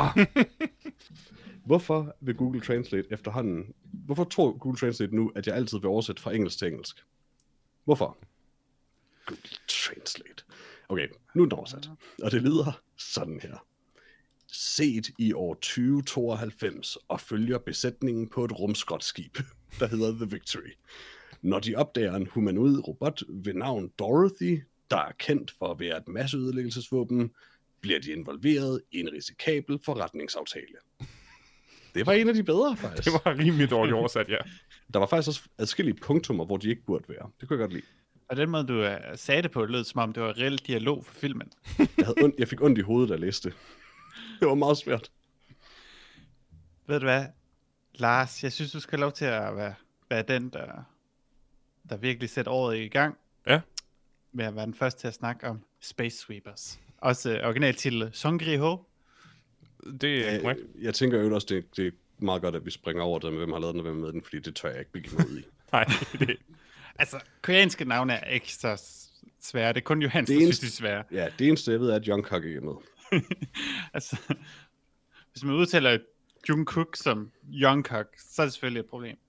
Hvorfor vil Google Translate efterhånden... Hvorfor tror Google Translate nu, at jeg altid vil oversætte fra engelsk til engelsk? Hvorfor? Google Translate. Okay, nu er den oversat. Og det lyder sådan her. Set i år 2092 og følger besætningen på et rumskrotskib, der hedder The Victory. Når de opdager en humanoid robot ved navn Dorothy, der er kendt for at være et masseødelæggelsesvåben, bliver de involveret i en risikabel forretningsaftale. Det var en af de bedre, faktisk. Det var rimelig dårligt oversat, ja. Der var faktisk også adskillige punktummer, hvor de ikke burde være. Det kunne jeg godt lide. Og den måde, du sagde det på, lød som om det var reel dialog for filmen. Jeg fik ondt i hovedet, da jeg læste det. Det var meget svært. Ved du hvad, Lars, jeg synes, du skal have lov til at være den, der virkelig sætter året i gang. Ja. Med at være den første til at snakke om Space Sweepers. Også originaltitel Songri-Ho. Det er korrekt. Jeg tænker jo også, det er meget godt, at vi springer over det med, hvem har lavet den og hvem er med den, fordi det tør jeg ikke begive mig ud i. Nej, det... Altså, koreanske navne er ikke så svære. Det er kun Johannes, Det der eneste- synes, de er svære. Ja, det eneste, jeg ved, er, at Jungkook ikke er med. Altså, hvis man udtaler Jungkook som Jungkook, så er det selvfølgelig et problem.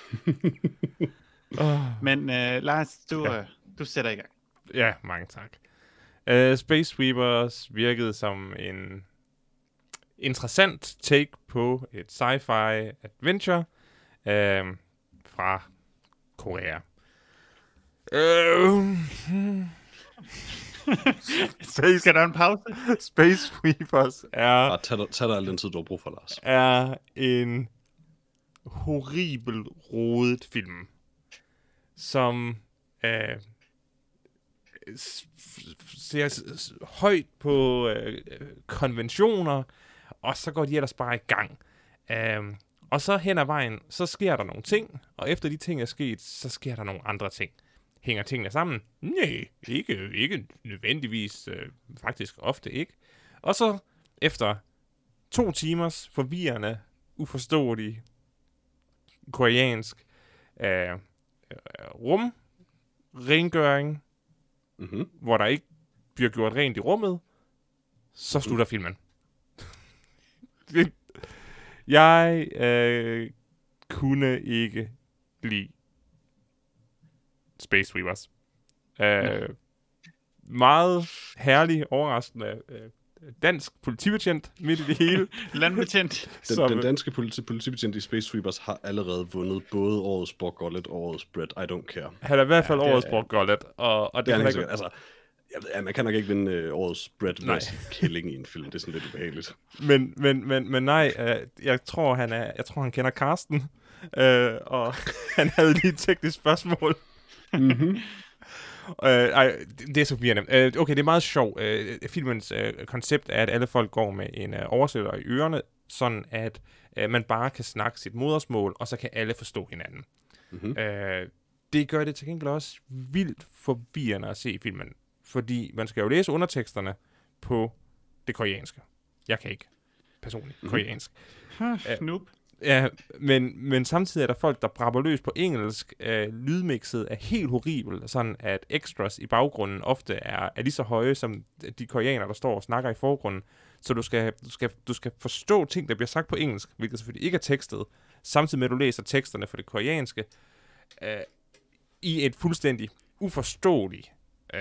Men Lars, du sætter i gang. Ja, mange tak. Space Sweepers virkede som en interessant take på et sci-fi adventure fra Korea. Skal der en pause? Space Sweepers er... Bare tag dig al den tid, du har brug for, Lars. er en horribel rodet film, som ser højt på konventioner, og så går de ellers bare i gang. Og så hen ad vejen, så sker der nogle ting, og efter de ting er sket, så sker der nogle andre ting. Hænger tingene sammen? Nej, ikke nødvendigvis. Faktisk ofte ikke. Og så efter 2 timers forvirrende, uforståelig koreansk rengøring, hvor der ikke bliver gjort rent i rummet, så slutter filmen. Jeg kunne ikke lide Space Sweepers. Meget herlig, overraskende dansk politibetjent midt i det hele. Landbetjent. Den danske politibetjent i Space Sweepers har allerede vundet både årets Borg Gullet og årets Bread. I don't care. Han er i hvert fald årets Borg Gullet. Og det er ikke altså, man kan nok ikke vinde årets Bread med killing i en film. Det er sådan lidt ubehageligt. Men nej, jeg tror han kender Karsten. Og han havde lige et teknisk spørgsmål. Det er så forvirrende. Okay, det er meget sjovt. Filmens koncept er, at alle folk går med en oversætter i ørerne, sådan at man bare kan snakke sit modersmål, og så kan alle forstå hinanden. Det gør det til gengæld også vildt forvirrende at se filmen, fordi man skal jo læse underteksterne på det koreanske. Jeg kan ikke personligt koreansk. Noob. Ja, men samtidig er der folk, der brabber løs på engelsk. Lydmixet er helt horribelt, sådan at extras i baggrunden ofte er lige så høje som de koreanere, der står og snakker i forgrunden. Så du skal forstå ting, der bliver sagt på engelsk, hvilket selvfølgelig ikke er tekstet, samtidig med at du læser teksterne for det koreanske, i et fuldstændig uforståeligt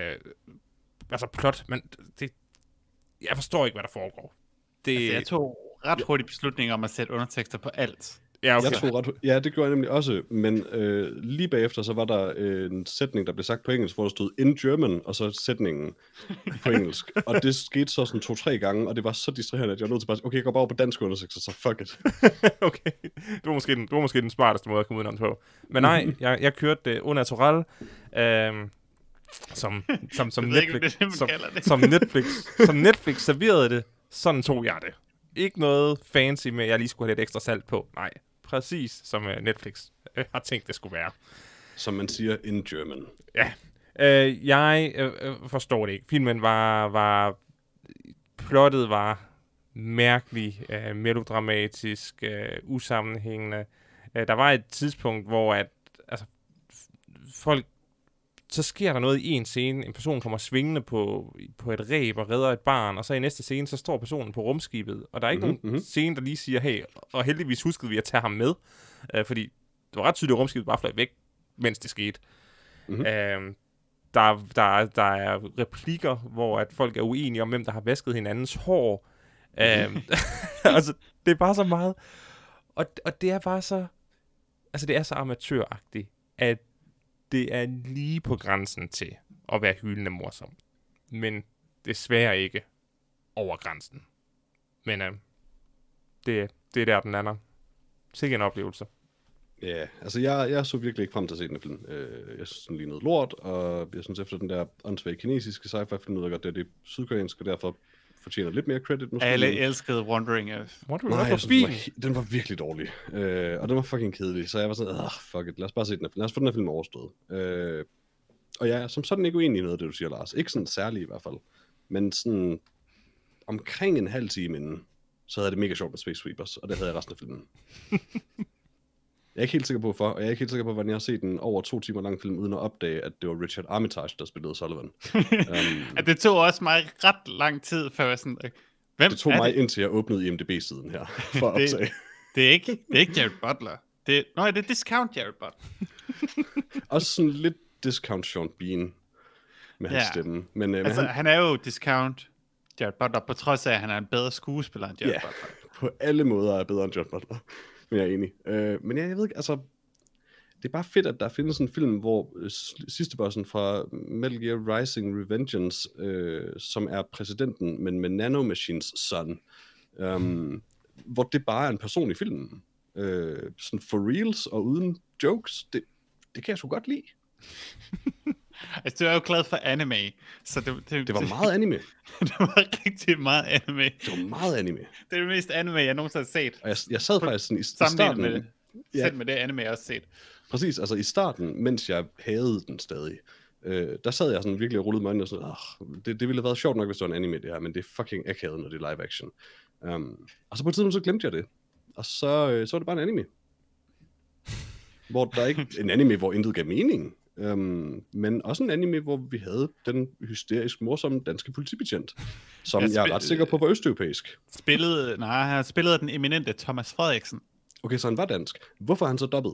plot. Men jeg forstår ikke, hvad der foregår. Jeg tog ret hurtigt beslutning om at sætte undertekster på alt. Ja, okay. Det gjorde jeg nemlig også, men lige bagefter så var der en sætning, der blev sagt på engelsk, hvor der stod in German, og så sætningen på engelsk. Og det skete så sådan 2-3 gange, og det var så distraherende, at jeg var nødt til bare, okay, jeg går bare over på dansk undertekster, så fuck it. Okay, det var måske den smarteste måde at komme udenom på. Men nej, jeg kørte det au naturel, som Netflix serverede det, sådan tog jeg det. Ikke noget fancy med, at jeg lige skulle have lidt ekstra salt på. Nej, præcis som Netflix har tænkt, det skulle være. Som man siger in German. Ja. Jeg forstår det ikke. Filmen var plottet var mærkelig, melodramatisk, usammenhængende. Der var et tidspunkt, hvor folk så sker der noget i en scene. En person kommer svingende på et reb og redder et barn, og så i næste scene, så står personen på rumskibet, og der er ikke nogen scene, der lige siger, hey, og heldigvis huskede vi at tage ham med, fordi det var ret tydeligt, at rumskibet bare fløj væk, mens det skete. Der er replikker, hvor at folk er uenige om, hvem der har vasket hinandens hår. Altså, det er bare så meget. Og det er bare så... Altså, det er så amatøragtigt, at det er lige på grænsen til at være hyldende morsom. Men desværre ikke over grænsen. Men det er der, den anden. Sikke en oplevelse. Ja, altså jeg så virkelig ikke frem til at se den film. Jeg synes, den lige noget lort, og jeg synes efter den der åndssvage kinesiske sci-fi film, det er det sydkoreanske, og derfor fortjener lidt mere credit måske. Alle elskede Wandering Earth. Den var virkelig dårlig, og den var fucking kedelig, så jeg var sådan, fuck it, lad os bare se den her film. Lad os få den her film overstået. Og jeg er som sådan ikke uenig i noget af det, du siger, Lars. Ikke sådan særligt i hvert fald, men sådan omkring en halv time inden, så havde det mega sjovt med Space Sweepers, og det havde jeg resten af filmen. Jeg er ikke helt sikker på hvorfor, og jeg er ikke helt sikker på, hvordan jeg har set en over 2 timer lang film, uden at opdage, at det var Richard Armitage, der spillede Sullivan. Det tog også mig ret lang tid, før jeg sådan... Hvem det tog mig, indtil jeg åbnede IMDb-siden her, for at opdage. det er ikke Jared Butler. Det er Discount Jared Butler. Også sådan lidt Discount Sean Bean med hans stemme. Men han er jo Discount Jared Butler, på trods af, at han er en bedre skuespiller end Jared Butler. På alle måder er bedre end Jared Butler. Men jeg er enig. Men jeg ved ikke, altså... Det er bare fedt, at der findes en film, hvor sidste bossen fra Metal Gear Rising Revengeance, som er præsidenten, men med Nanomachines son, hvor det bare er en person i filmen. Sådan for reals og uden jokes. Det kan jeg sgu godt lide. Altså, du er jo glad for anime, så Det var meget anime. det var rigtig meget anime. Det var meget anime. Det er det mest anime, jeg nogensinde har set. Og jeg sad faktisk sådan i Sammenlignet starten... med det. Selv med det anime, jeg også set. Præcis, altså i starten, mens jeg havde den stadig, der sad jeg sådan virkelig og rullede mig ind og sådan, det ville have været sjovt nok, hvis det var en anime det her, men det er fucking akavet, når det er live action. Og så på et tidspunkt, så glemte jeg det. Og så var det bare en anime. Hvor der ikke en anime, hvor intet gav mening. Men også en anime, hvor vi havde den hysterisk morsomme danske politibetjent, som jeg er ret sikker på var østeuropæisk. Han spillede den eminente Thomas Frederiksen. Okay, så han var dansk. Hvorfor er han så dobbelt?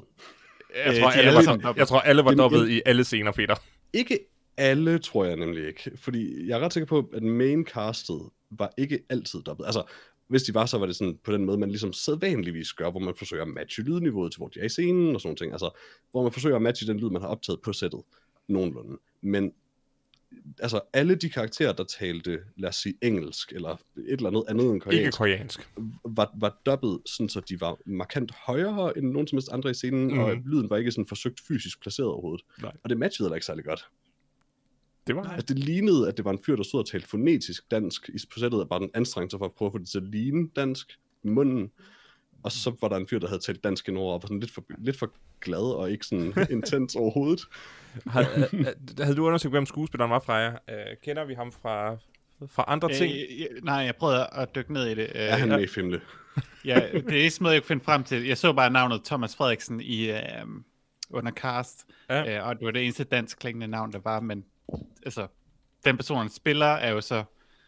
Jeg tror, alle var dobbelt i alle scener, Peter. Ikke alle, tror jeg nemlig ikke. Fordi jeg er ret sikker på, at maincastet var ikke altid dobbelt. Altså, hvis de var, så var det sådan på den måde, man ligesom sædvanligvis gør, hvor man forsøger at matche lydniveauet til, hvor de er i scenen og sådan nogle ting. Altså, hvor man forsøger at matche den lyd, man har optaget på sættet nogenlunde. Men altså, alle de karakterer, der talte, lad os sige, engelsk, eller et eller andet end koreansk, Ikke koreansk. var dobbelt, sådan så de var markant højere end nogen som helst andre i scenen, og lyden var ikke sådan forsøgt fysisk placeret overhovedet. Nej. Og det matchede heller ikke særlig godt. Det var Altså, det lignede, at det var en fyr, der stod og talte fonetisk dansk på sættet, og bare den anstrengte sig for at prøve at få det til at ligne dansk i munden. Og så var der en fyr, der havde talt dansk indover, og var sådan lidt for glad, og ikke sådan intens overhovedet. Havde du undersøgt, hvem skuespilleren var fra jer? Kender vi ham fra andre ting? Nej, jeg prøvede at dykke ned i det. Er han med i Femle? Ja, det er ikke måde, jeg kunne finde frem til. Jeg så bare navnet Thomas Frederiksen under cast, og det var det eneste dansk klingende navn, der var, men altså, den person, han spiller, er jo så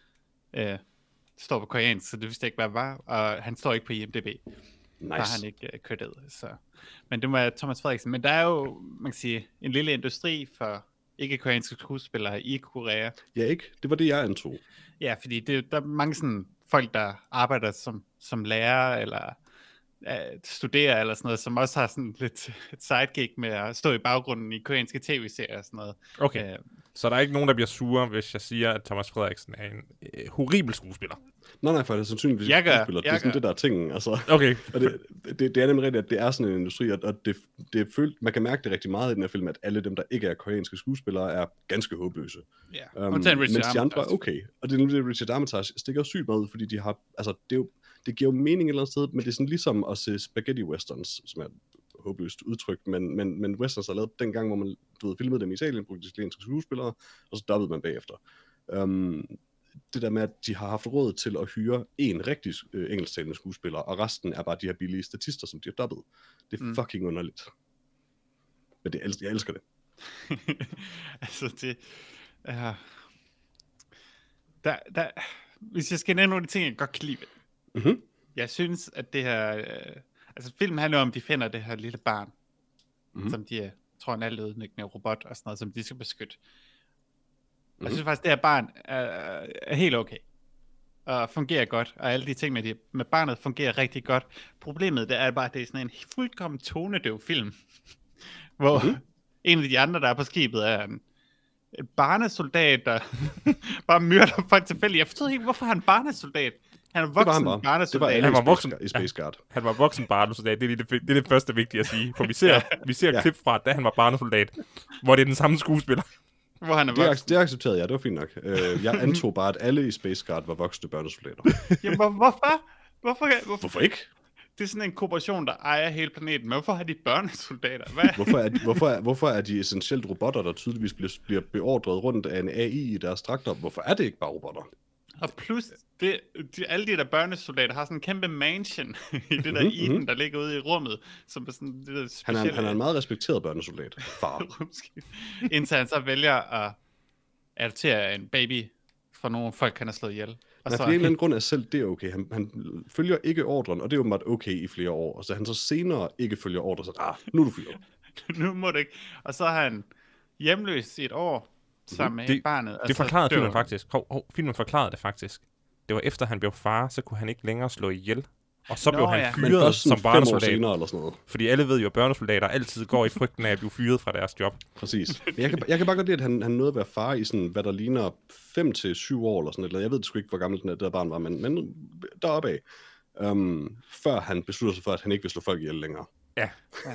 står på koreansk, så det vidste jeg ikke, hvad det var, og han står ikke på IMDb. Nice. Der har han ikke credited, så. Men det var Thomas Frederiksen. Men der er jo, man kan sige, en lille industri for ikke-koreanske skuespillere i Korea. Ja, ikke? Det var det, jeg antog. Ja, fordi der er mange sådan folk, der arbejder som lærer, eller studerer, eller sådan noget, som også har sådan lidt et sidekick med at stå i baggrunden i koreanske tv-serier og sådan noget. Okay, så der er ikke nogen, der bliver sure, hvis jeg siger, at Thomas Frederiksen er en horribel skuespiller? Nej, for det er sandsynligvis skuespiller. Det er sådan det, der er tingen. Altså. Okay. Og det er nemlig rigtigt, at det er sådan en industri, og det følt, man kan mærke det rigtig meget i den her film, at alle dem, der ikke er koreanske skuespillere, er ganske håbløse. Ja, mens de andre er okay. Og det er nemlig, Richard Armitage stikker sygt meget ud, fordi de har, altså det giver jo mening et eller andet sted, men det er sådan ligesom at se spaghetti westerns, som er et håbløst udtryk, men westerns er lavet dengang, hvor man filmede dem i Italien, brugte italienske skuespillere, og så dubbede man bagefter. Det der med, at de har haft råd til at hyre en rigtig engelsktalende skuespiller, og resten er bare de her billige statister, som de har dubbet. Det er fucking underligt. Men jeg elsker det. Altså det hvis jeg skal nævne nogle af de ting, jeg godt kan lide. Mm-hmm. Jeg synes, at det her altså filmen handler om, at de finder det her lille barn, som de tror en altødelæggende robot og sådan noget, som de skal beskytte. Jeg synes faktisk, det her barn er helt okay. Og fungerer godt. Og alle de ting med barnet fungerer rigtig godt. Problemet det er bare, at det er sådan en fuldkommen tonedøv film. Hvor en af de andre, der er på skibet, er en barnesoldat, der bare myrder folk tilfældigt. Jeg forstod ikke, hvorfor han er en barnesoldat. Han er voksen barnesoldat. Han var voksen i Space Guard. Han var voksen barnesoldat. Det er det første vigtige at sige. For vi ser klip fra, da han var barnesoldat, hvor det er den samme skuespiller. Hvor han er voksen. Det accepterede jeg, det var fint nok. Jeg antog bare, at alle i Space Guard var voksne børnesoldater. Jamen, hvorfor ikke? Det er sådan en korporation, der ejer hele planeten. Men hvorfor har de børnesoldater? Hvad? Hvorfor er de essentielt robotter, der tydeligvis bliver beordret rundt af en AI i deres dragter? Hvorfor er det ikke bare robotter? Og plus, alle de der børnesoldater har sådan en kæmpe mansion i det der Eden, der ligger ude i rummet, som er sådan det der specielle... Han er en meget respekteret børnesoldat, far. Indtil han så vælger at adoptere en baby for nogle folk, han har slået ihjel. Og nej, for en eller anden grund er selv det okay. Han følger ikke ordren, og det er åbenbart okay i flere år. Og så han så senere ikke følger ordren, så nu er du fyret. Nu må det ikke. Og så er han hjemløs i et år, sammen med barnet. Det forklarede filmen faktisk. Filmen forklarede det faktisk. Det var efter han blev far, så kunne han ikke længere slå ihjel. Og så blev han fyret som børnesoldat. Eller sådan noget. Fordi alle ved jo, at børnesoldater altid går i frygten af at blive fyret fra deres job. Præcis. Jeg kan bare godt lide, at han nåede at være far i sådan, hvad der ligner 5 til 7 år eller sådan noget. Jeg ved sgu ikke, hvor gammel det der barn var, men deroppe af. Før han besluttede sig for, at han ikke vil slå folk ihjel længere. Ja.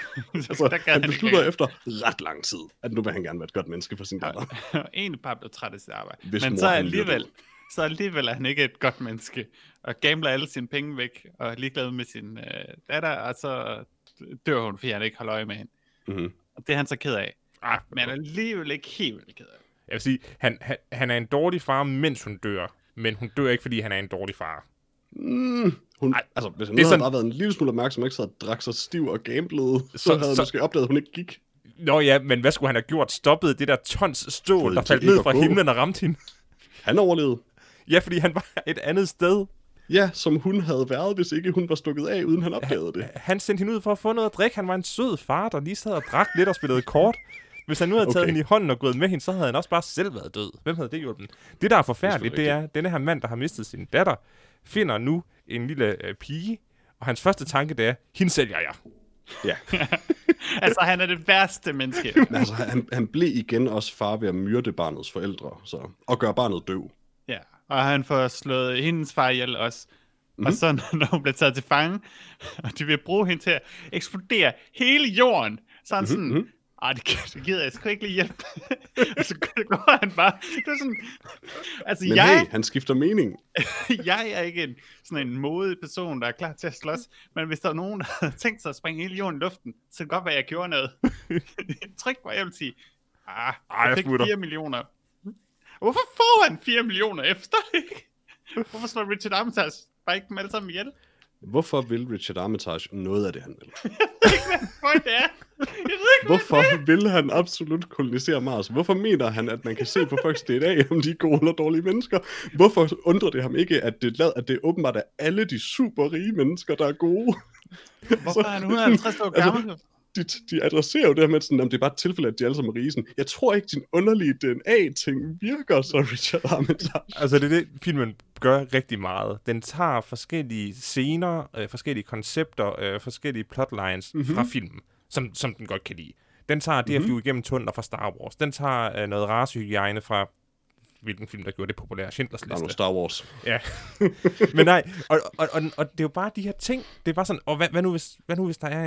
Altså, Der gad han ikke beslutter rigtig. efter ret lang tid, at nu vil han gerne være et godt menneske for sin datter. Egentlig bare blevet træt af sit arbejde. Hvis Men mor, så han bliver alligevel er han ikke et godt menneske, og gambler alle sine penge væk, og er ligeglad med sin datter, og så dør hun, fordi han ikke holder øje med hende. Mm-hmm. Og det er han så ked af. Men alligevel ikke helt vildt ked af. Jeg vil sige, han er en dårlig far, mens hun dør. Men hun dør ikke, fordi han er en dårlig far. Altså, hvis han det er havde sådan- bare været en lille smule opmærksom, og ikke så havde drak sig stiv og gamblede, så havde han måske opdaget, at hun ikke gik. Nå ja, men hvad skulle han have gjort? Stoppet det der tons stål, Fået der til faldt ikke ned at fra gå. himlen og ramte hende? Han overlevede. Ja, fordi han var et andet sted. Ja, som hun havde været, hvis ikke hun var stukket af, uden han opdagede det. Han sendte hende ud for at få noget at drikke. Han var en sød far, der lige sad og drak lidt og spillede kort. Hvis han nu havde taget hende i hånden og gået med hende, så havde han også bare selv været død. Hvem havde det hjulpet? Det, der er forfærdeligt, det er, denne her mand, der har mistet sin datter, finder nu en lille pige, og hans første tanke, det er, hende sælger jeg. Ja. Altså, han er det værste menneske. Men altså, han blev igen også far ved at myrde barnets forældre, så, og gøre barnet døv. Ja, og han får slået hendes far ihjel også. Og så når hun bliver taget til fange, og de vil bruge hende til at eksplodere hele jorden, så er han sådan, det gider jeg sgu ikke lige hjælpe. Og så går han bare, det er sådan, altså Men hey, han skifter mening. jeg er ikke sådan en modig person, der er klar til at slås, men hvis der er nogen, der havde tænkt sig at springe hele jorden i luften, så kan det godt være, at jeg gjorde noget. Tryk mig, jeg vil sige, jeg fik 4 millioner. Hvorfor får han 4 millioner efter det? Hvorfor slår Richard Armitage bare ikke dem alle sammen ihjel? Hvorfor vil Richard Armitage noget af det, han vil? Det er. Hvorfor vil han absolut kolonisere Mars? Hvorfor mener han, at man kan se på folks DNA, om de er gode eller dårlige mennesker? Hvorfor undrer det ham ikke, at det åbenbart er alle de super rige mennesker, der er gode? Hvorfor er han 150 år gammel? De adresserer jo det her med, sådan, om det er bare et tilfælde, at de alle sammen er rige. Jeg tror ikke, din underlige DNA-ting virker, så Richard Armitage. Altså, det er det, filmen gør rigtig meget. Den tager forskellige scener, forskellige koncepter, forskellige plotlines fra filmen, som den godt kan lide. Den tager det at flyve igennem tunneler fra Star Wars. Den tager noget racehygiejne fra hvilken film, der gjorde det populære, Schindlers Liste. Der er Star Wars. Ja. Men nej, og det er jo bare de her ting. Det er bare sådan, og hvad nu hvis der er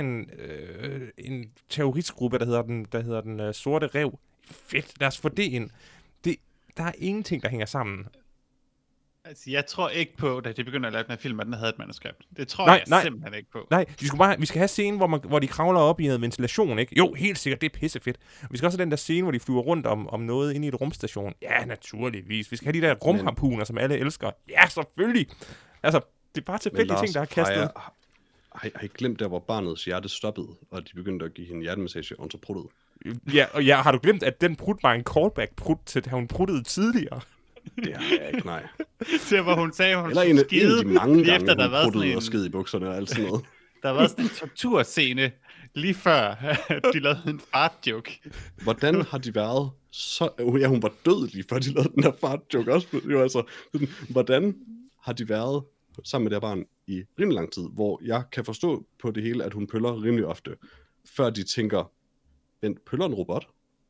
en terroristgruppe, der hedder den Sorte Ræv. Fedt, lad os få det ind. Der er ingenting, der hænger sammen. Altså, jeg tror ikke på, da de begynder at lave den her film, at den havde et manuskript. Det tror jeg simpelthen ikke på. Nej, vi skal have scenen, hvor de kravler op i noget ventilation, ikke? Jo, helt sikkert, det er pissefedt. Vi skal også have den der scene, hvor de flyver rundt om noget inde i et rumstation. Ja, naturligvis. Vi skal have de der rumharpuner, som alle elsker. Ja, selvfølgelig. Altså, det er bare tilfældige ting, der er kastet. Har I glemt der, hvor barnets hjerte stoppede, og de begyndte at give hende hjertemassage, og hun så pruttede? Ja, har du glemt, at den prut var en callback-prut til, da hun pruttede tidligere? Det har jeg ikke, nej. Det hvor hun sagde, hun eller en af de mange gange, efter, der hun pruttede og sked i bukserne og alt sådan noget. Der var sådan en torturscene, lige før de lavede en fart-joke. Hvordan har de været så... Ja, hun var død lige før de lavede den her fart-joke også. Jo, altså, hvordan har de været sammen med det her barn i rimelig lang tid, hvor jeg kan forstå på det hele, at hun pøller rimelig ofte, før de tænker, vent, pøller en robot?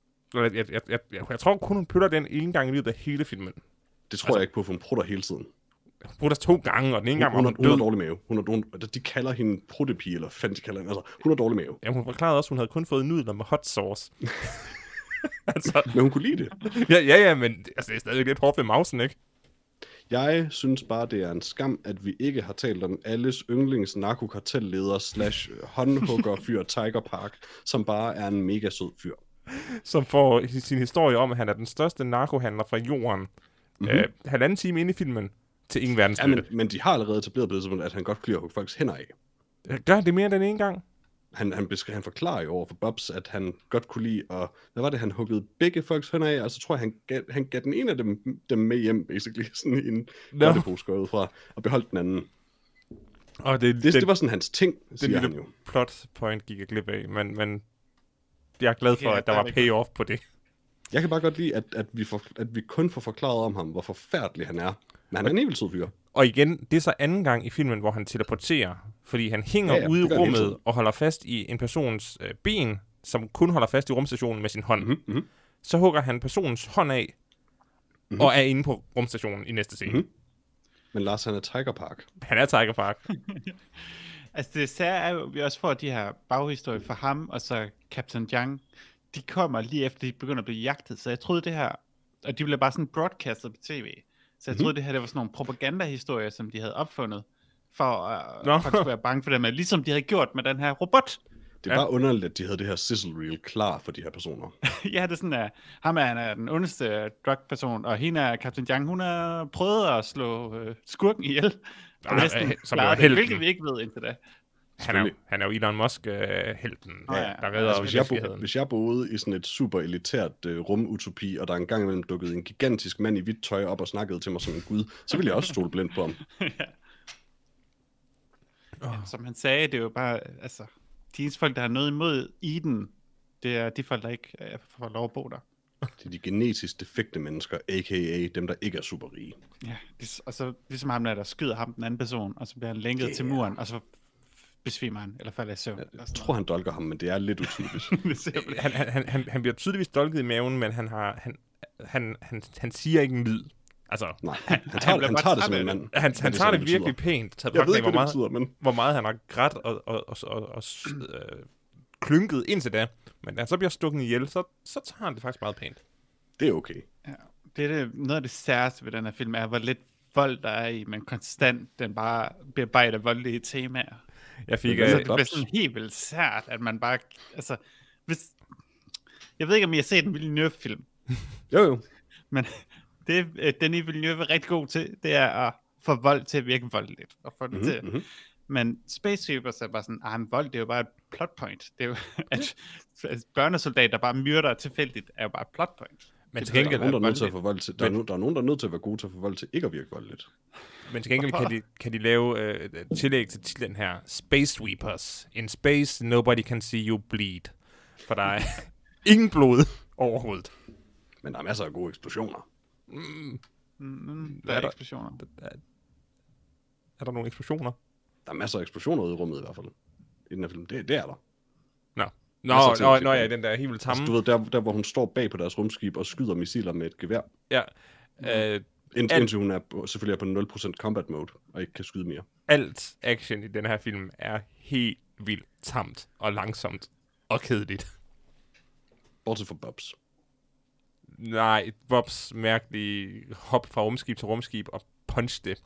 Jeg tror kun, hun pøller den en gang i løbet af hele filmen. Det tror jeg ikke på, for hun prutter hele tiden. Hun prutter 2 gange, og den ene gang var hun død. Hun har dårlig mave. De kalder hende pruttepige, eller fandt de kalder hende. Altså, hun har dårlig mave. Ja, hun forklarede også, at hun havde kun fået nudler med hot sauce. Altså, men hun kunne lide det. Ja, men altså, det er stadig lidt hårdt ved mausen, ikke? Jeg synes bare, det er en skam, at vi ikke har talt om alles yndlings narkokartelleder / håndhuggerfyr Tiger Park, som bare er en mega sød fyr. Som får sin historie om, at han er den største narkohandler fra jorden. 1,5 time inde i filmen til ingen verdens ja, men de har allerede etableret på det tidspunkt, at han godt kan lide at hugge folks hænder af. Gør det mere end den ene gang? Han forklarer jo over for Bobs, at han godt kunne lide, og hvad var det, han huggede begge folks hænder af, og så tror jeg, han gav den ene af dem med hjem, basically, sådan i en bottepose ud fra, og beholdt den anden. Og det var sådan hans ting, siger han jo. Plot point gik jeg glip af, men jeg er glad for, at der var payoff på det. Jeg kan bare godt lide, at vi kun får forklaret om ham, hvor forfærdelig han er. Men han er en evig sød fyr. Og igen, det er så anden gang i filmen, hvor han teleporterer, fordi han hænger ude i rummet og holder fast i en persons ben, som kun holder fast i rumstationen med sin hånd. Så hugger han personens hånd af, og er inde på rumstationen i næste scene. Men Lars, han er Tiger Park. Han er Tiger Park. Altså det sære er jo, at vi også får de her baghistorier for ham, og så Captain Young. De kommer lige efter, de begynder at blive jagtet. Så jeg troede det her, og de blev bare sådan broadcastet på tv. Så jeg troede det her, det var sådan nogle propagandahistorier, som de havde opfundet, for at folk skulle være bange for dem, ligesom de havde gjort med den her robot. Det er bare underligt, at de havde det her sizzle reel klar for de her personer. Ja, det er sådan, at han er den ondeste drug-person, og hende er Captain Young, hun har prøvet at slå skurken ihjel. Som jo helten. Hvilket vi ikke ved indtil da. Han er jo Elon Musk-helten, der redder altså, hvis jeg boede i sådan et super elitært rumutopi, og der engang imellem dukkede en gigantisk mand i hvidt tøj op og snakkede til mig som en gud, så ville jeg også stole blindt på ham. Ja, som han sagde, det er jo bare, altså, de eneste folk, der har noget imod Eden, det er de folk, der ikke får lov at bo der. Det er de genetisk defekte mennesker, a.k.a. dem, der ikke er super rige. Ja, og så ligesom ham der skyder ham den anden person, og så bliver han lænket til muren, og så besvimer han, eller falder i søvn. Jeg tror, han dolker ham, men det er lidt utydeligt. han bliver tydeligvis dolket i maven, men han siger ikke en lyd. Altså, nej, han tager det som en mand. Han tager det virkelig pænt. Jeg ved ikke, hvad det betyder, men... Hvor meget han har grædt og klynket indtil da. Men da han så bliver stukket ihjel, så tager han det faktisk meget pænt. Det er okay. Ja, noget af det særste ved den her film er, hvor lidt vold der er i, men konstant den bare bearbejder voldelige temaer. Jeg fik det bliver sådan helt vildt sært, at man bare, altså, jeg ved ikke, om I har set en Villeneuve-film. Jo. Men det, Denis Villeneuve er rigtig god til, det er at få vold til at virke voldeligt. Og få det til. Men Space Sweepers er bare sådan, vold, det er jo bare et plot point. Det er jo, at børnesoldater, der bare myrder tilfældigt, er jo bare et plot point. Men til gengæld der er nogen, der er nødt til at få vold til. Der er nogen, der er nødt til at være gode til at få vold til ikke at virke voldeligt. Men til gengæld kan de lave tillæg til titlen her, Space Sweepers. In space, nobody can see you bleed. For der er ingen blod overhovedet. Men der er masser af gode eksplosioner. Der er eksplosioner. Er der nogle eksplosioner? Der er masser af eksplosioner ude i rummet i hvert fald. I den her film. Det er der. Nå, ja, den der helt vildt tamme. Altså, du ved, der hvor hun står bag på deres rumskib og skyder missiler med et gevær. Ja. Indtil hun selvfølgelig er på 0% combat mode, og ikke kan skyde mere. Alt action i den her film er helt vildt tamt og langsomt og kedeligt. Bortset fra Bobs. Nej, Bobs mærkelige hop fra rumskib til rumskib og punch det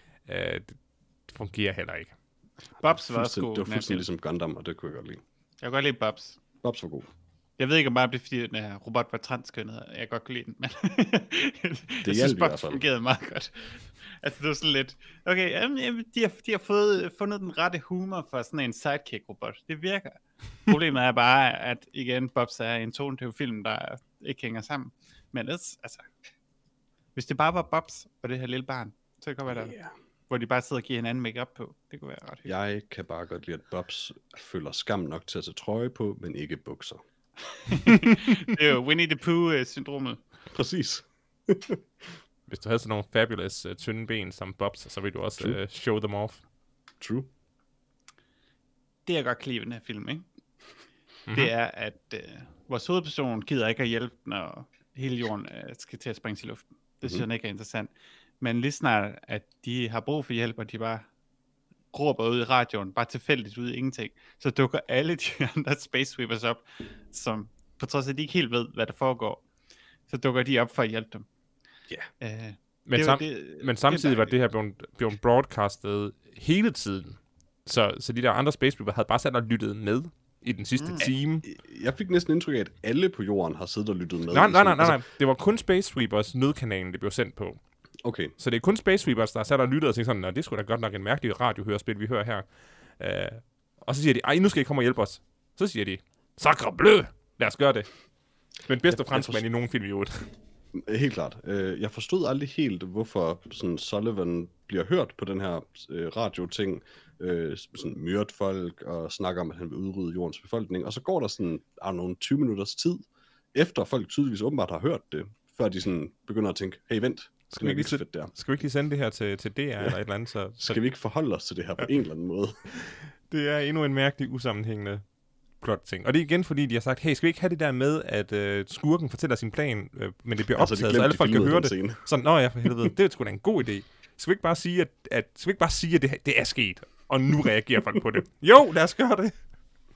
fungerer heller ikke. Bobs var også god. Det var fuldstændig ligesom Gundam, og det kunne jeg godt lide. Jeg kan godt lide Bobs. Bobs var god. Jeg ved ikke, om bare det er, fordi den her robot var transkønnet. Jeg kan godt kunne lide den, men jeg synes, Bobs fungerede meget godt. Altså, det var sådan lidt, okay, de har fundet den rette humor for sådan en sidekick-robot. Det virker. Problemet er bare, at igen, Bobs er en tonedøv-film, der ikke hænger sammen. Men altså, hvis det bare var Bobs og det her lille barn, så kan det godt være der, hvor de bare sidder og giver hinanden make-up på. Det kunne være ret hyggeligt. Jeg kan bare godt lide, at Bobs føler skam nok til at tage trøje på, men ikke bukser. Det er jo Winnie the Pooh-syndromet. Præcis. Hvis du havde sådan nogle fabulous tynde ben som Bobs, så ville du også show them off. True. Det jeg godt kan lide ved den her film, ikke? Det er, at vores hovedperson gider ikke at hjælpe, når hele jorden skal til at springe i luften. Det synes jeg ikke er interessant. Men lige snart, at de har brug for hjælp, og de bare råber ud i radioen, bare tilfældigt ud i ingenting, så dukker alle de andre Space Sweepers op, som på trods af, at de ikke helt ved, hvad der foregår, så dukker de op for at hjælpe dem. Ja. Men samtidig var det her blevet broadcastet hele tiden. Så de der andre Space Sweepers havde bare sat og lyttet med i den sidste time. Jeg fik næsten indtryk af, at alle på jorden har siddet og lyttet med. Nej. Det var kun Space Sweepers nødkanalen, det blev sendt på. Okay. Så det er kun Space Sweepers, der sat og lyttet og tænkt sådan, det er sgu da godt nok en mærkelig radiohørespil, vi hører her. Og så siger de, nu skal I komme og hjælpe os. Så siger de, sacre bleu, lad os gøre det. Men bedste franskmand i nogen film i øvrigt. Helt klart. Jeg forstod aldrig helt, hvorfor sådan Sullivan bliver hørt på den her radioting, sådan myrdet folk og snakker om, at han vil udrydde jordens befolkning. Og så går der sådan nogle 20 minutters tid, efter folk tydeligvis åbenbart har hørt det, før de sådan begynder at tænke, hey vent, skal vi ikke lige sende det her til DR eller et eller andet? Så skal vi ikke forholde os til det her på en eller anden måde? Det er endnu en mærkelig, usammenhængende plot-ting. Og det er igen, fordi de har sagt, hey, skal vi ikke have det der med, at skurken fortæller sin plan, men det bliver optaget, så alle folk kan høre det. Så, for helvede, det er sgu da en god idé. Skal vi ikke bare sige, at det er sket, og nu reagerer folk på det. Jo, lad os gøre det.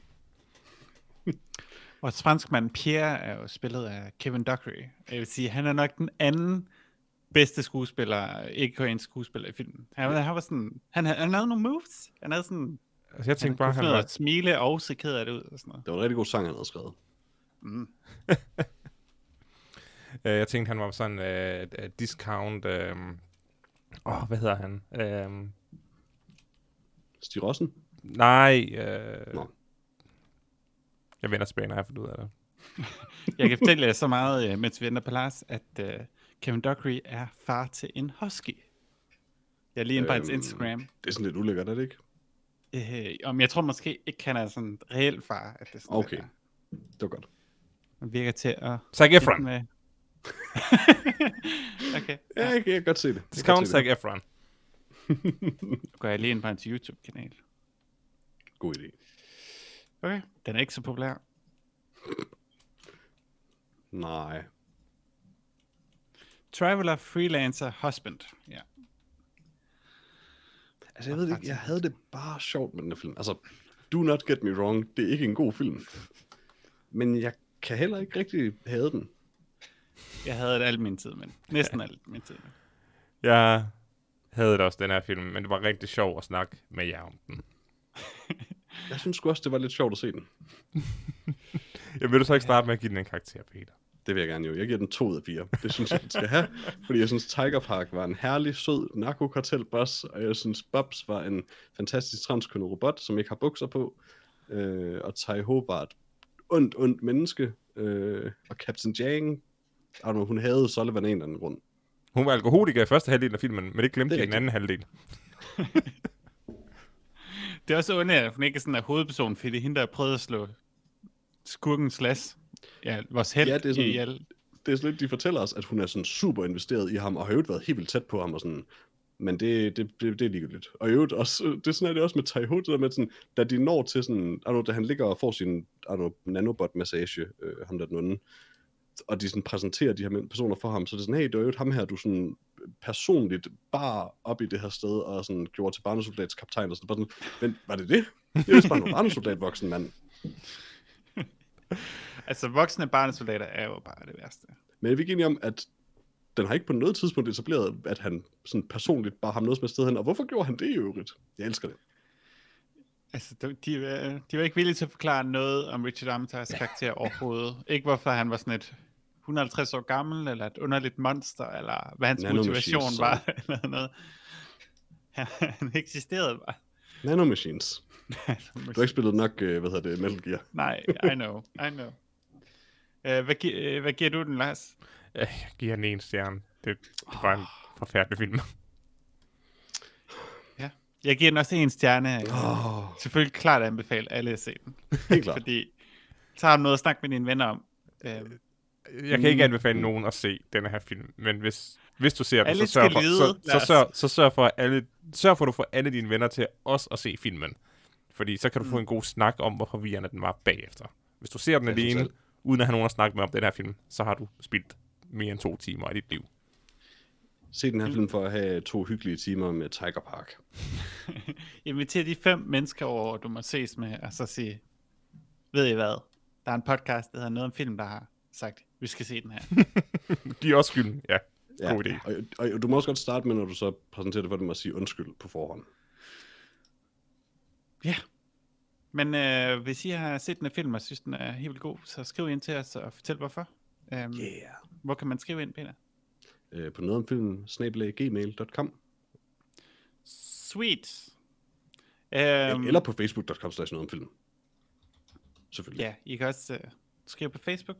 Og franskmanden Pierre er jo spillet af Kevin Dockery. Jeg vil sige, han er nok den anden bedste skuespiller, ikke-koreansk skuespiller i filmen. Han var sådan, han havde nogle moves. Han havde sådan, Altså, jeg tænkte bare, han var var... at smile og se ked af det ud og sådan noget. Det var en rigtig god sang, han havde skrevet. Mm. Jeg tænkte, han var sådan discount... hvad hedder han? Stig Rossen? Nej. Nå. Jeg vender tilbage, når jeg har fundet ud af det. Jeg kan fortælle jer så meget, mens vi venter på Lars, at Kevin Dockery er far til en husky. Jeg er lige inde på hans Instagram. Det er sådan lidt ulækkert, er det ikke? Om jeg tror måske ikke, han er sådan en reel far. At det sådan Okay, det var godt. Han virker til at... Zac Efron. Med... Okay. Ja, jeg kan godt se det. Discount Zac Efron. Går jeg lige ind på hans YouTube-kanal. God idé. Okay, den er ikke så populær. Nej. Traveler, Freelancer, Husband. Ja. Altså, jeg ved ikke, jeg havde det bare sjovt med den her film. Altså, do not get me wrong, det er ikke en god film. Men jeg kan heller ikke rigtig have den. Jeg havde det al min tid, men næsten al min tid. Jeg havde det også, den her film, men det var rigtig sjovt at snakke med jer om den. Jeg synes sgu også, det var lidt sjovt at se den. Jeg vil du så ikke starte med at give den en karakter, Peter? Det vil jeg gerne jo. Jeg giver den 2 ud af 4. Det synes jeg, den skal have. Fordi jeg synes, Tiger Park var en herlig, sød narkokartelboss, og jeg synes, Bobs var en fantastisk transkønnet robot, som ikke har bukser på. Og Tai Ho var et ondt menneske. Og Captain Jang, hun havde Sullivan en eller anden grund. Hun var alkoholiker i første halvdel af filmen, men det glemte Det er i den anden halvdel. Det er også ondt, at hun ikke er sådan en hovedperson, fordi det er hende, der prøvede at slå skurken slash. Ja, vores held Ja, det er sådan, i alle. det er sådan lidt, de fortæller os, at hun er sådan super investeret i ham, og har jo været helt vildt tæt på ham, og sådan, men det er ligegyldigt. Og i øvrigt også, det er sådan, det også med Tai Ho, det der med sådan, da de når til sådan, da han ligger og får sin nanobot-massage, ham der den onde, og de sådan præsenterer de her personer for ham, så det er sådan, hey, det er jo ham her, du sådan personligt bare op i det her sted, og sådan gjorde til barnesoldatskaptajn, og sådan, bare sådan, men var det det? Det er jo bare en barnesoldatvoksen mand. Altså, voksne barnesoldater er jo bare det værste. Men jeg er ikke enig om, at den har ikke på noget tidspunkt etableret, at han sådan personligt bare har noget med sted hen. Og hvorfor gjorde han det i øvrigt? Jeg elsker det. Altså, de var ikke villige til at forklare noget om Richard Armitars karakter overhovedet. Ikke hvorfor han var sådan et 150 år gammel, eller et underligt monster, eller hvad hans motivation var, eller noget. Han eksisterede bare. Nanomachines. Du har ikke spillet nok, Metal Gear. Nej, I know. Hvad giver du den, Lars? Jeg giver den 1 stjerne. Det var en forfærdelig film. Ja, jeg giver den også 1 stjerne. Selvfølgelig klart at anbefale alle at se den. Helt klart. Fordi så har du noget at snakke med dine venner om. Jeg kan ikke anbefale nogen at se denne her film, men hvis du ser den, så sørg for, at du får alle dine venner til også at se filmen. Fordi så kan du få en god snak om, hvor forvirrende den var bagefter. Hvis du ser den alene, uden at have nogen at snakke med om den her film, så har du spildt mere end 2 timer af dit liv. Se den her film for at have 2 hyggelige timer med Tiger Park. Inviter de 5 mennesker over, du må ses med, og så sige, ved I hvad? Der er en podcast, der hedder Noget om Film, der har sagt, vi skal se den her. De er også skylden, ja. God idé. Og du må også godt starte med, når du så præsenterer det for dem, at sige undskyld på forhånd. Ja. Men hvis I har set den her film, og synes, den er helt vildt god, så skriv ind til os og fortæl hvorfor. Hvor kan man skrive ind, Peter? På nogetomfilm@gmail.com. Sweet. Eller på facebook.com/nogetomfilm. Selvfølgelig. Ja, I kan også skrive på Facebook.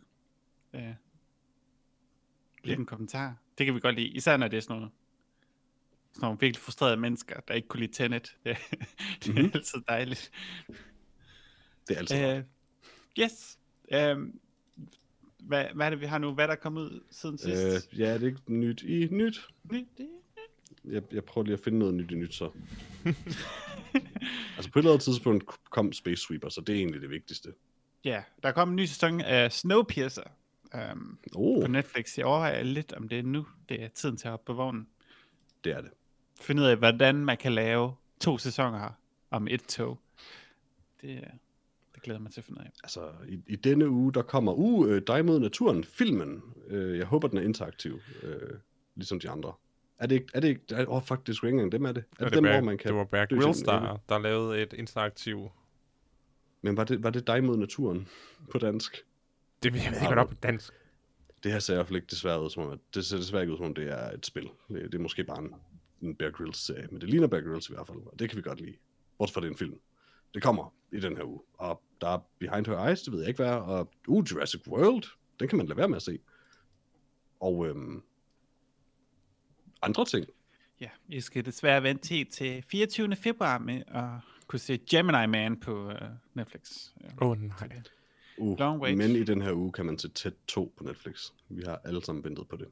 Læg en kommentar. Det kan vi godt lide. Især når det er sådan nogle virkelig frustrerede mennesker, der ikke kunne lide Tenet. Det er altid dejligt. Det er altid yes. Hvad er det, vi har nu? Hvad er der kommet ud siden sidst? Ja, det er ikke nyt i nyt. Jeg prøver lige at finde noget nyt i nyt, så. Altså på et eller andet tidspunkt kom Space Sweeper, så det er egentlig det vigtigste. Ja, der kom en ny sæson af Snowpiercer på Netflix. Jeg overvejer lidt, om det er nu, det er tiden til at hoppe på vognen. Det er det. Finde ud af, hvordan man kan lave 2 sæsoner om et tog. Det glæder mig til at finde ud af. Altså, i denne uge, der kommer Dig mod naturen, filmen. Jeg håber, den er interaktiv, ligesom de andre. Er det ikke, faktisk ikke engang dem er det. Er det dem, hvor man kan... Det var Bear Grylls, der lavede et interaktiv... Men var det Dig mod naturen på dansk? Det ved jeg ikke godt op på dansk. Det her ser i hvert fald ikke desværre ud, det ser desværre ikke ud, som om det er et spil. Det er måske bare en Bear Grylls-serie, men det ligner Bear Grylls i hvert fald, og det kan vi godt lide. Bortset fra det er en film. Det kommer i den her uge, og der er Behind Her Eyes, det ved jeg ikke hvad, og Jurassic World, den kan man lade være med at se. Og andre ting. Ja, I skal desværre vente til 24. februar med at kunne se Gemini Man på Netflix. Nej. Long wait. Men i den her uge kan man se Ted 2 på Netflix. Vi har alle sammen ventet på det.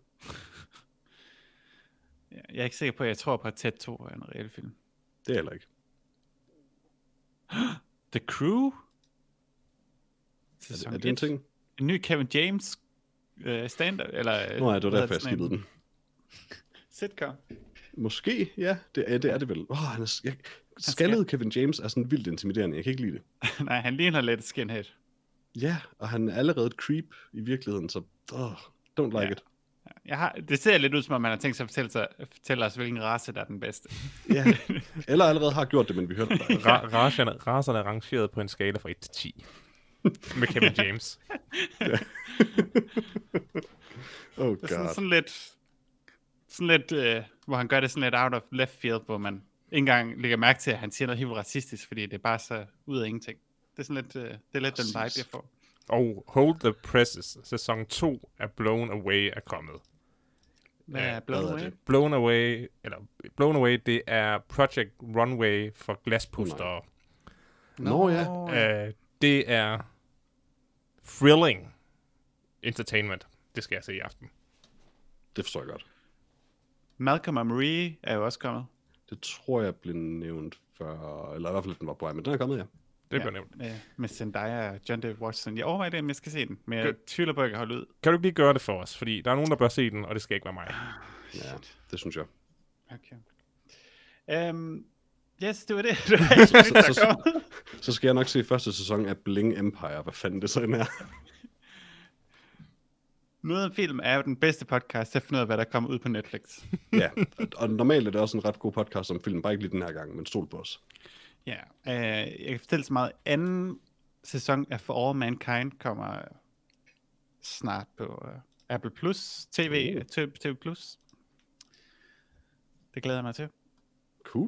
Jeg er ikke sikker på, at jeg tror på, at Ted 2 er en reel film. Det er heller ikke. The Crew? Er det en ting? En ny Kevin James stand-up? Eller, Nå ja, det var derfor, jeg skippede den. Sitcom? Måske, ja. Det er det vel. Skaldet Kevin James er sådan vildt intimiderende. Jeg kan ikke lide det. Nej, han ligner lidt skinhead. Ja, og han er allerede et creep i virkeligheden, så don't like it. Det ser lidt ud, som om man har tænkt sig at fortælle os, hvilken race der er den bedste. Ja, eller allerede har gjort det, men vi hørte det. Racerne er rangeret på en skala fra 1 til 10. Med Kevin James. Oh god. Sådan lidt, hvor han gør det sådan lidt out of left field, hvor man ikke engang lægger mærke til, at han siger noget helt racistisk, fordi det er bare så ud af ingenting. Det er sådan lidt, det er lidt den vibe, jeg får. Og Hold the Presses, sæson 2 af Blown Away er kommet. Hvad er Blown Away? Blown Away, det er Project Runway for glaspustere. Nå ja. Det er thrilling entertainment. Det skal jeg se i aften. Det forstår jeg godt. Malcolm og Marie er jo også kommet. Det tror jeg blev nævnt før, eller i hvert fald, den var på vej, men den er kommet, ja. Det blev nævnt. Med Zendaya og John David Washington. Jeg overvejer det, om jeg skal se den, men jeg tvivler på, at jeg kan holde ud. Kan du ikke lige gøre det for os? Fordi der er nogen, der bør se den, og det skal ikke være mig. Ja, det synes jeg. Okay. Yes, det var det. Så skal jeg nok se første sæson af Bling Empire. Hvad fanden det så end er. Noget om film er jo den bedste podcast til at finde ud af, hvad der kommer ud på Netflix. Ja, og normalt er det også en ret god podcast om film. Bare ikke lige den her gang, men stol på os. Ja, jeg kan fortælle så meget. Anden sæson af For All Mankind kommer snart på Apple Plus TV, TV Plus. Det glæder jeg mig til. Cool.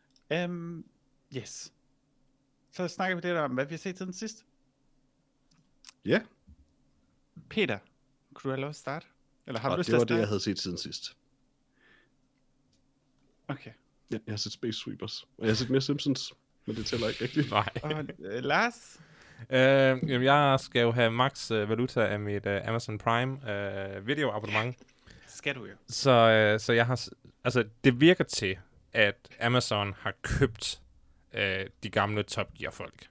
Yes. Så snakker vi lidt om, hvad vi har set til den sidste. Ja. Peter, kunne du have lov at starte? Eller har du lyst det til var at starte? det, jeg havde set siden sidst. Okay. Ja, jeg har set Space Sweepers. Og jeg har set mere Simpsons, men det tæller ikke rigtigt. Nej. Og Lars? Jamen, jeg skal jo have max valuta af mit Amazon Prime videoabonnement. Skal du jo. Så jeg har... Altså, det virker til, at Amazon har købt de gamle Top Gear-folk.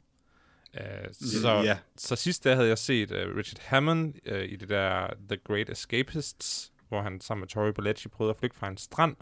Så sidst der havde jeg set Richard Hammond i det der The Great Escapists, hvor han sammen med Tory Belleci prøvede at flygte fra en strand.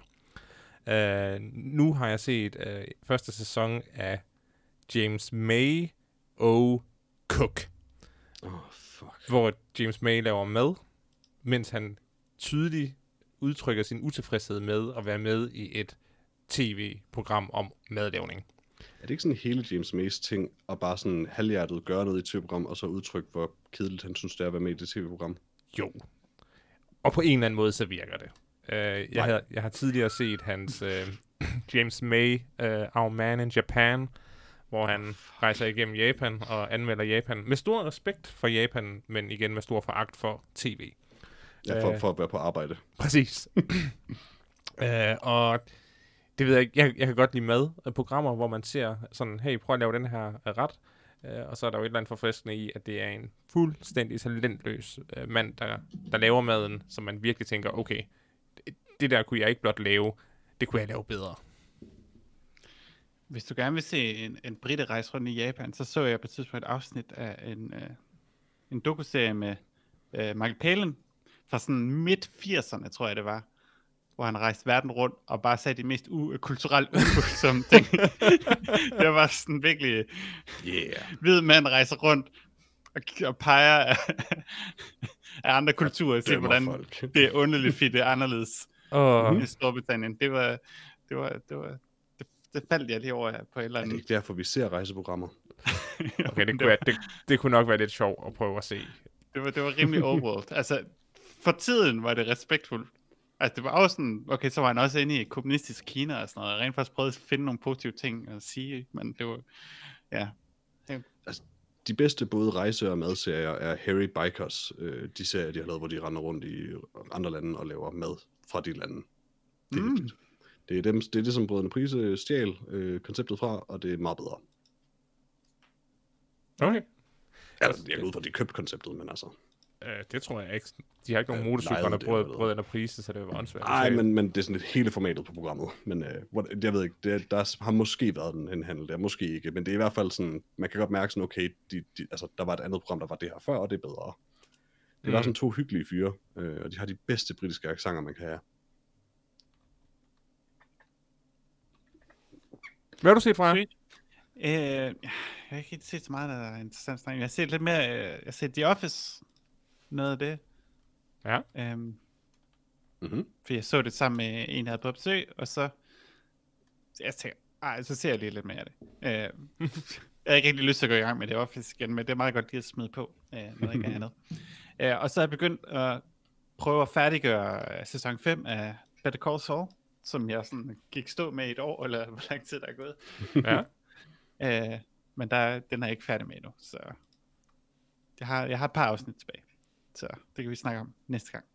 Nu har jeg set første sæson af James May og Cook. Fuck. Hvor James May laver mad, mens han tydeligt udtrykker sin utilfredshed med at være med i et tv-program om madlavning. Er det ikke sådan hele James Mays ting, at bare sådan halvhjertet gøre noget i et tv-program, og så udtrykke, hvor kedeligt han synes, det er at være med i det tv-program? Jo. Og på en eller anden måde, så virker det. Jeg har tidligere set hans James May, Our Man in Japan, hvor han rejser igennem Japan og anmelder Japan med stor respekt for Japan, men igen med stor foragt for tv. Ja, for at være på arbejde. Præcis. Og det ved jeg ikke. Jeg kan godt lide madprogrammer, hvor man ser sådan, hey, prøv at lave den her ret. Og så er der jo et eller andet forfriskende i, at det er en fuldstændig talentløs mand, der laver maden, som man virkelig tænker, okay, det der kunne jeg ikke blot lave, det kunne jeg lave bedre. Hvis du gerne vil se en brite rejse rundt i Japan, så jeg på et tidspunkt et afsnit af en dokuserie med Michael Palin fra sådan midt 80'erne, tror jeg det var. hvor han rejste verden rundt, og bare sagde de mest kulturelt ufølsomme ting. Det var sådan virkelig... Hvid mand rejser rundt, og peger af andre kulturer, og siger, hvordan folk. Det er underligt, fordi det er anderledes i Storbritannien. Det faldt jeg lige over på et eller andet. Er det ikke derfor, vi ser rejseprogrammer? Okay, det kunne nok være lidt sjovt at prøve at se. Det var rimelig overworld. Altså, for tiden var det respektfuldt. Altså, det var også sådan, okay, så var han også inde i kommunistisk Kina og sådan noget, og rent faktisk prøvede at finde nogle positive ting at sige, men det var, ja. Altså, de bedste både rejse- og madserier er Harry Bikers, de serier, de har lavet, hvor de render rundt i andre lande og laver mad fra de lande. Det er hyggeligt. Det er det, som Brødrene Price stjal konceptet fra, og det er meget bedre. Okay. Altså, jeg går ud fra, at de købte konceptet, men altså... Det tror jeg ikke. De har ikke nogen motorcykler, der Brødrene Price, så det var åndssvært. Nej, men det er sådan lidt hele formatet på programmet. Men jeg ved ikke, der har måske været en handel der, måske ikke. Men det er i hvert fald sådan, man kan godt mærke sådan, okay, altså, der var et andet program, der var det her før, og det er bedre. Det var sådan 2 hyggelige fyre, og de har de bedste britiske accenter, man kan have. Hvad har du set fra jer? Jeg har ikke helt set så meget, der er interessant. Jeg har set lidt mere, jeg har set The Office, noget af det. Ja. For jeg så det sammen med en, der havde på besøg, og så jeg tænker, så ser jeg lige lidt mere af det. Jeg har ikke rigtig lyst til at gå i gang med The Office igen, men det er meget godt lige at smide på, når der ikke er andet. Og så har jeg begyndt at prøve at færdiggøre sæson 5 af Better Call Saul, som jeg sådan gik stå med i et år, eller hvor lang tid der er gået. Ja. Men den er jeg ikke færdig med endnu, så jeg har et par afsnit tilbage. Så det kan vi snakke om næste gang.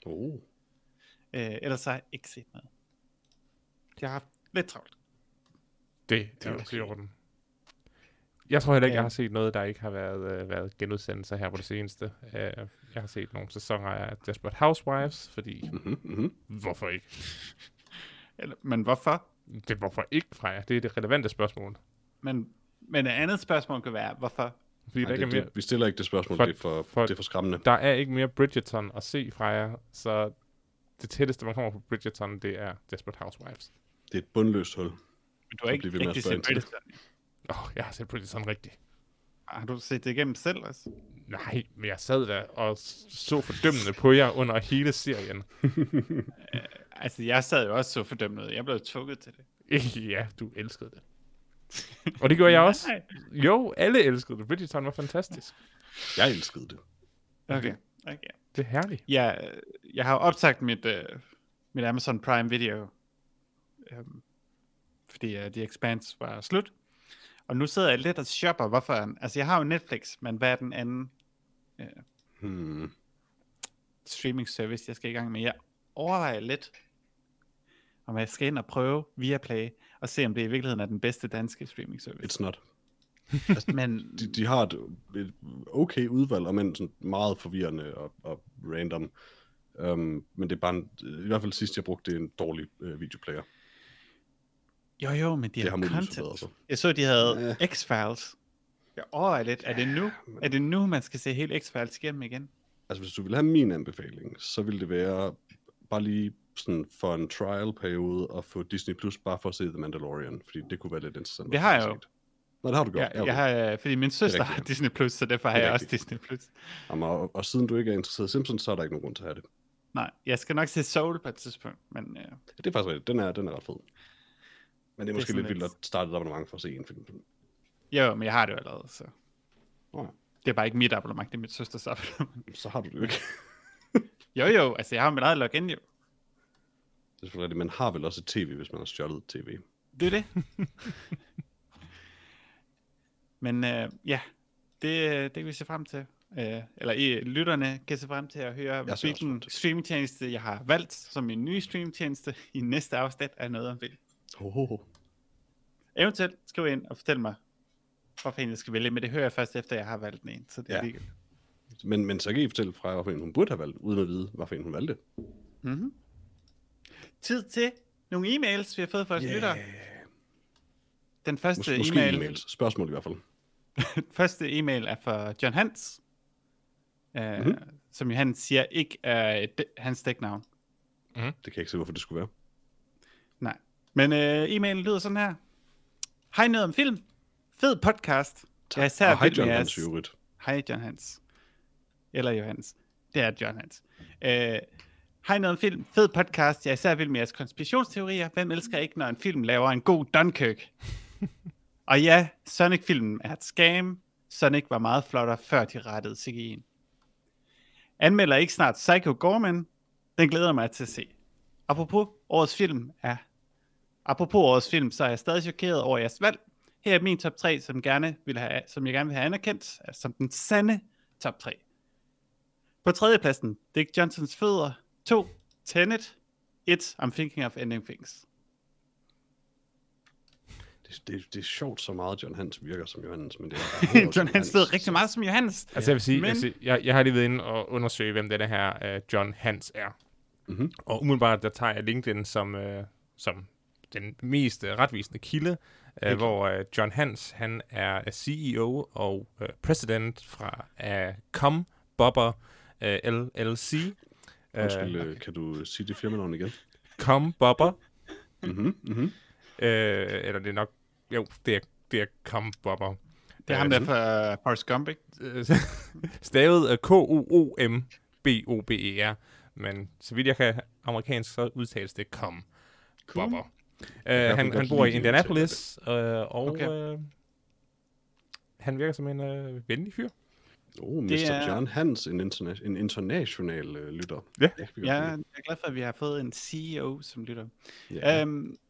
Ellers har jeg ikke set noget. Jeg har haft lidt travlt. Det er også i orden. Jeg tror heller ikke, jeg har set noget, der ikke har været genudsendelser her på det seneste. Jeg har set nogle sæsoner af Desperate Housewives, fordi... Hvorfor ikke? Men hvorfor? Hvorfor ikke, Freja? Det er det relevante spørgsmål. Men et andet spørgsmål kan være, hvorfor? Fordi der ikke er mere... vi stiller ikke det spørgsmål, det er for skræmmende. Der er ikke mere Bridgerton at se, Freja, så det tætteste, man kommer på Bridgerton, det er Desperate Housewives. Det er et bundløst hul. Men du har ikke rigtig set Bridgerton? Jeg har set Bridgerton rigtigt. Har du set det igennem selv også? Nej, men jeg sad der og så fordømmende på jer under hele serien. Altså, jeg sad jo også så fordømmende. Jeg blev tvunget til det. Ja, du elskede det. Og det gjorde jeg også. Jo, alle elskede det. Bridgerton var fantastisk. Jeg elskede det. Okay. Det er herligt. Ja, jeg har opsagt mit Amazon Prime Video, fordi The Expanse var slut. Og nu sidder jeg lidt og shopper, hvorfor... Altså, jeg har jo Netflix, men hvad er den anden streaming service, jeg skal i gang med? Jeg overvejer lidt, om jeg skal ind og prøve Viaplay, og se, om det i virkeligheden er den bedste danske streaming service. It's not. Men de har et okay udvalg, og men sådan meget forvirrende og random. Men det er bare i hvert fald sidst jeg brugte, det en dårlig videoplayer. Jo, men de har content. Jeg så, de havde X-Files. Jeg overvejer lidt, er det nu, man skal se hele X-Files igennem igen? Altså, hvis du vil have min anbefaling, så vil det være bare lige sådan for en trial-periode at få Disney Plus bare for at se The Mandalorian, fordi det kunne være lidt interessant. Det har jeg jo. Nå, det har du gjort. Ja, jeg har, fordi min søster har Disney Plus, så derfor har jeg også Disney Plus. Og siden du ikke er interesseret i Simpsons, så er der ikke nogen grund til at have det. Nej, jeg skal nok se Soul på et tidspunkt, men... Det er faktisk rigtigt. Den er ret fed. Men det er måske lidt vildt at starte et abonnement for at se en film. Jo, men jeg har det jo allerede, så... Det er bare ikke mit abonnement, det er mit søsters abonnement. Så har du det jo ikke. jo, altså jeg har mit eget login jo. Det er selvfølgelig rigtigt, man har vel også et tv, hvis man har stjålet tv. Det er det. Men det kan vi se frem til. Eller lytterne kan se frem til at høre, hvilken streamingtjeneste jeg har valgt som min nye streamingtjeneste i næste afsnit af Noget om Film. Eventuelt skriv ind og fortæl mig, hvorfor en jeg skal vælge, men det hører jeg først efter, jeg har valgt en, så det er ligegyldigt. Men så kan I fortælle fra, hvorfor en hun burde have valgt, uden at vide, hvorfor en hun valgte. Tid til nogle e-mails, vi har fået fra vores lyttere. Den første måske e-mails. Spørgsmål i hvert fald. Første e-mail er fra John Hans, som Johan siger ikke er hans dæknavn. Det kan jeg ikke se, hvorfor det skulle være. Nej. Men e-mailen lyder sådan her. Hej noget om film. Fed podcast. Jeg er især Hej vild John med Hans jeres... Jørgen. Hej John Hans. Eller Johannes. Det er John Hans. Hej noget om film. Fed podcast. Jeg er især vild med jeres konspirationsteorier. Hvem elsker ikke, når en film laver en god Dunkirk? Og ja, Sonic-filmen er et scam. Sonic var meget flottere, før de rettede CGI'en. Anmelder ikke snart Psycho Gorman. Den glæder mig til at se. Apropos årets film, så er jeg stadig chokeret over jeres valg. Her er min top 3, som jeg gerne vil have anerkendt, som den sande top 3. På tredjepladsen, Dick Johnsons fødder. 2, Tenet. 1, I'm Thinking of Ending Things. Det er sjovt så meget, John Hans virker som Johannes, men det er John Hans ved rigtig meget som Johannes. Altså jeg vil sige, jeg har lige været inde og undersøge, hvem denne her John Hans er. Mm-hmm. Og umiddelbart, der tager jeg LinkedIn som den mest retvisende kilde, hvor John Hans, han er CEO og president fra Bobber LLC. Undskyld, kan du sige det firmanavn igen? Bobber. Mm-hmm. Eller det er nok... Jo, det er Bobber. Det er ham der fra Forrest Gump, ikke? Stavet Koomber. Men så vidt jeg kan amerikansk, så udtales det Bobber. Han bor i Indianapolis, og han virker som en venlig fyr. Mr. John Hans, en international lytter. Ja. Jeg er glad for, at vi har fået en CEO som lytter. Ja.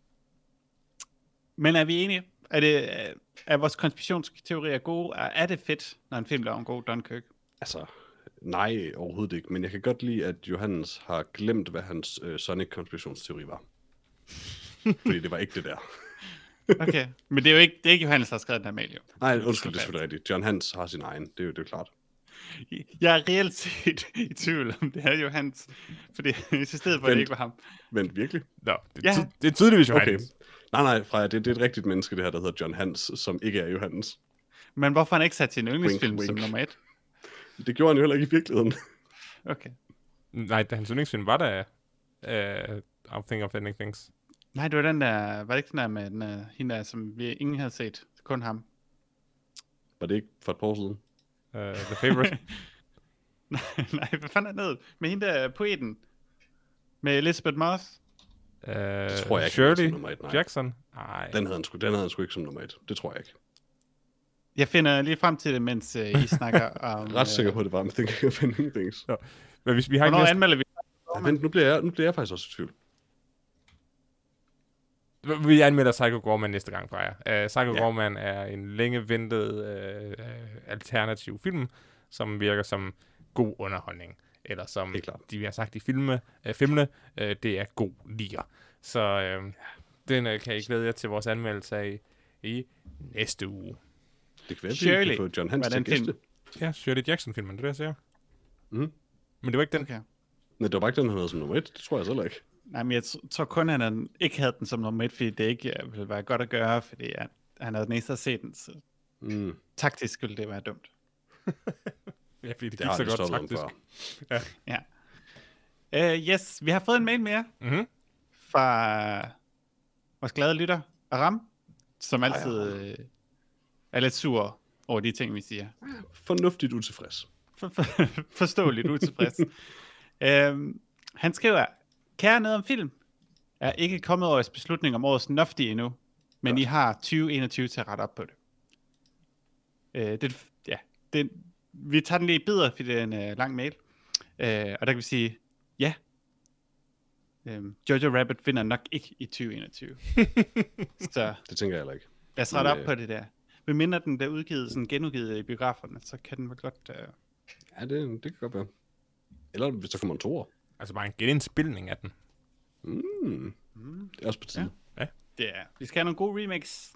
Men er vi enige? Er vores konspirationsteorier gode? Er det fedt, når en film laver en god Dunkirk? Altså, nej, overhovedet ikke. Men jeg kan godt lide, at Johannes har glemt, hvad hans Sonic-konspirationsteori var. Fordi det var ikke det der. Okay, men det er jo ikke Johannes, der har skrevet den her mail, jo. Nej, undskyld, det er selvfølgelig rigtigt. John Hans har sin egen, det er jo klart. Jeg er reelt set i tvivl om det er Johannes, fordi jeg stedet for, at det ikke var ham. Vent, virkelig? Nå, det er tydeligvis Johannes. Okay. Nej, Freja, det er et rigtigt menneske, det her, der hedder John Hans, som ikke er Johannes. Men hvorfor han ikke sat sin yndlingsfilm som nummer 1? Det gjorde han jo heller ikke i virkeligheden. Okay. Nej, da hans yndlingsfilm var der I'm Thinking of Ending Things. Nej, det var den der, var det ikke sådan der med hende der, som vi ingen havde set, kun ham? Var det ikke for et par år siden? The Favorite? nej, hvad fanden er det? Med hende der poeten? Med Elizabeth Moss? Det tror jeg ikke. Shirley Jackson? Nej. Den havde han sgu ikke som nummer 1. Det tror jeg ikke. Jeg finder lige frem til det, mens I snakker om... Ret sikker på, at det var I'm Thinking of Ending Things. Ja. Men hvis vi har Hvornår anmelder vi? Vent, nu bliver jeg faktisk også i tvivl. Vi anmelder Psycho Gorman næste gang fra jer. Psycho Gorman er en længe ventet alternativ film, som virker som god underholdning. Eller som de har sagt i filmene, det er god lier. Så den kan I glæde jer til vores anmeldelse af i næste uge. Det kan være, at vi kan få John Hans til gæste. Ja, Shirley Jackson-filmen, det er det, jeg siger. Mm. Men det var ikke den. Okay. Nej, det var bare ikke den, han havde som nummer 1. Det tror jeg så ikke. Nej, men jeg tror kun, han ikke havde den som nummer 1, fordi det ikke ville være godt at gøre, fordi han havde den eneste at se den, så taktisk skulle det være dumt. Ja, fordi det gik så godt taktisk. Ja. Yes, vi har fået en mail mere fra vores glade lytter, Aram, som altid er lidt sur over de ting, vi siger. Fornuftigt utilfreds. Forståeligt utilfreds. Han skriver, kære noget om film, er ikke kommet over beslutning om årets Nofty endnu, men I har 2021 til at rette op på det. Vi tager den lige i bidder, fordi det er en lang mail. Og der kan vi sige, ja, Jojo Rabbit vinder nok ikke i 2021. Så det tænker jeg heller ikke. Lad os rette op på det der. Ved mindre den bliver udgivet, sådan genudgivet i biograferne, så kan den vel godt... Ja, det kan godt være. Eller hvis der kommer en toer. Altså bare en genindspilning af den. Det er også på tide. Ja. Det er. Vi skal have nogle gode remakes.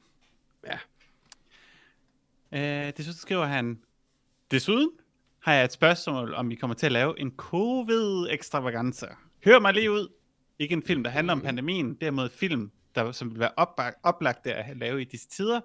Ja. Desuden skriver han, desuden har jeg et spørgsmål, om vi kommer til at lave en covid-ekstravaganza. Hør mig lige ud. Ikke en film, der handler om pandemien, derimod film, som vil være oplagt at lave i disse tider.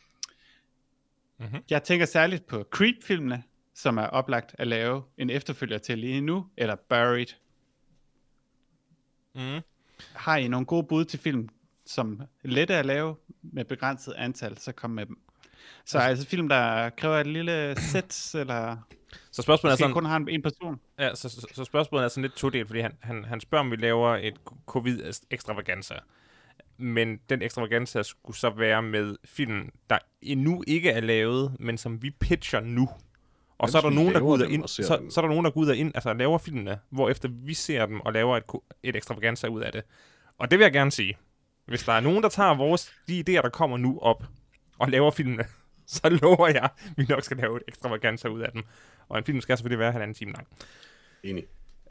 Jeg tænker særligt på Creed-filmene, som er oplagt at lave en efterfølger til lige nu, eller Buried. Har I nogle gode bud til film, som er lette at lave med begrænset antal, så kom med dem. Så altså film, der kræver et lille sæt, eller Så spørgsmålet er sådan, kun har en person. ja, så spørgsmålet er sådan lidt todelt, fordi han spørger, om vi laver et covid-ekstravaganza. Men den ekstravaganza skulle så være med film, der endnu ikke er lavet, men som vi pitcher nu. Og så er der nogen, der går ud og ind, så er der nogen, der går ud og ind, altså laver filmene, hvorefter vi ser dem og laver et ekstravaganza ud af det. Og det vil jeg gerne sige. Hvis der er nogen, der tager de idéer, der kommer nu op, og laver filmene, så lover jeg, at vi nok skal lave et ekstravaganza ud af dem. Og en film skal selvfølgelig være 1,5 time lang. Enig.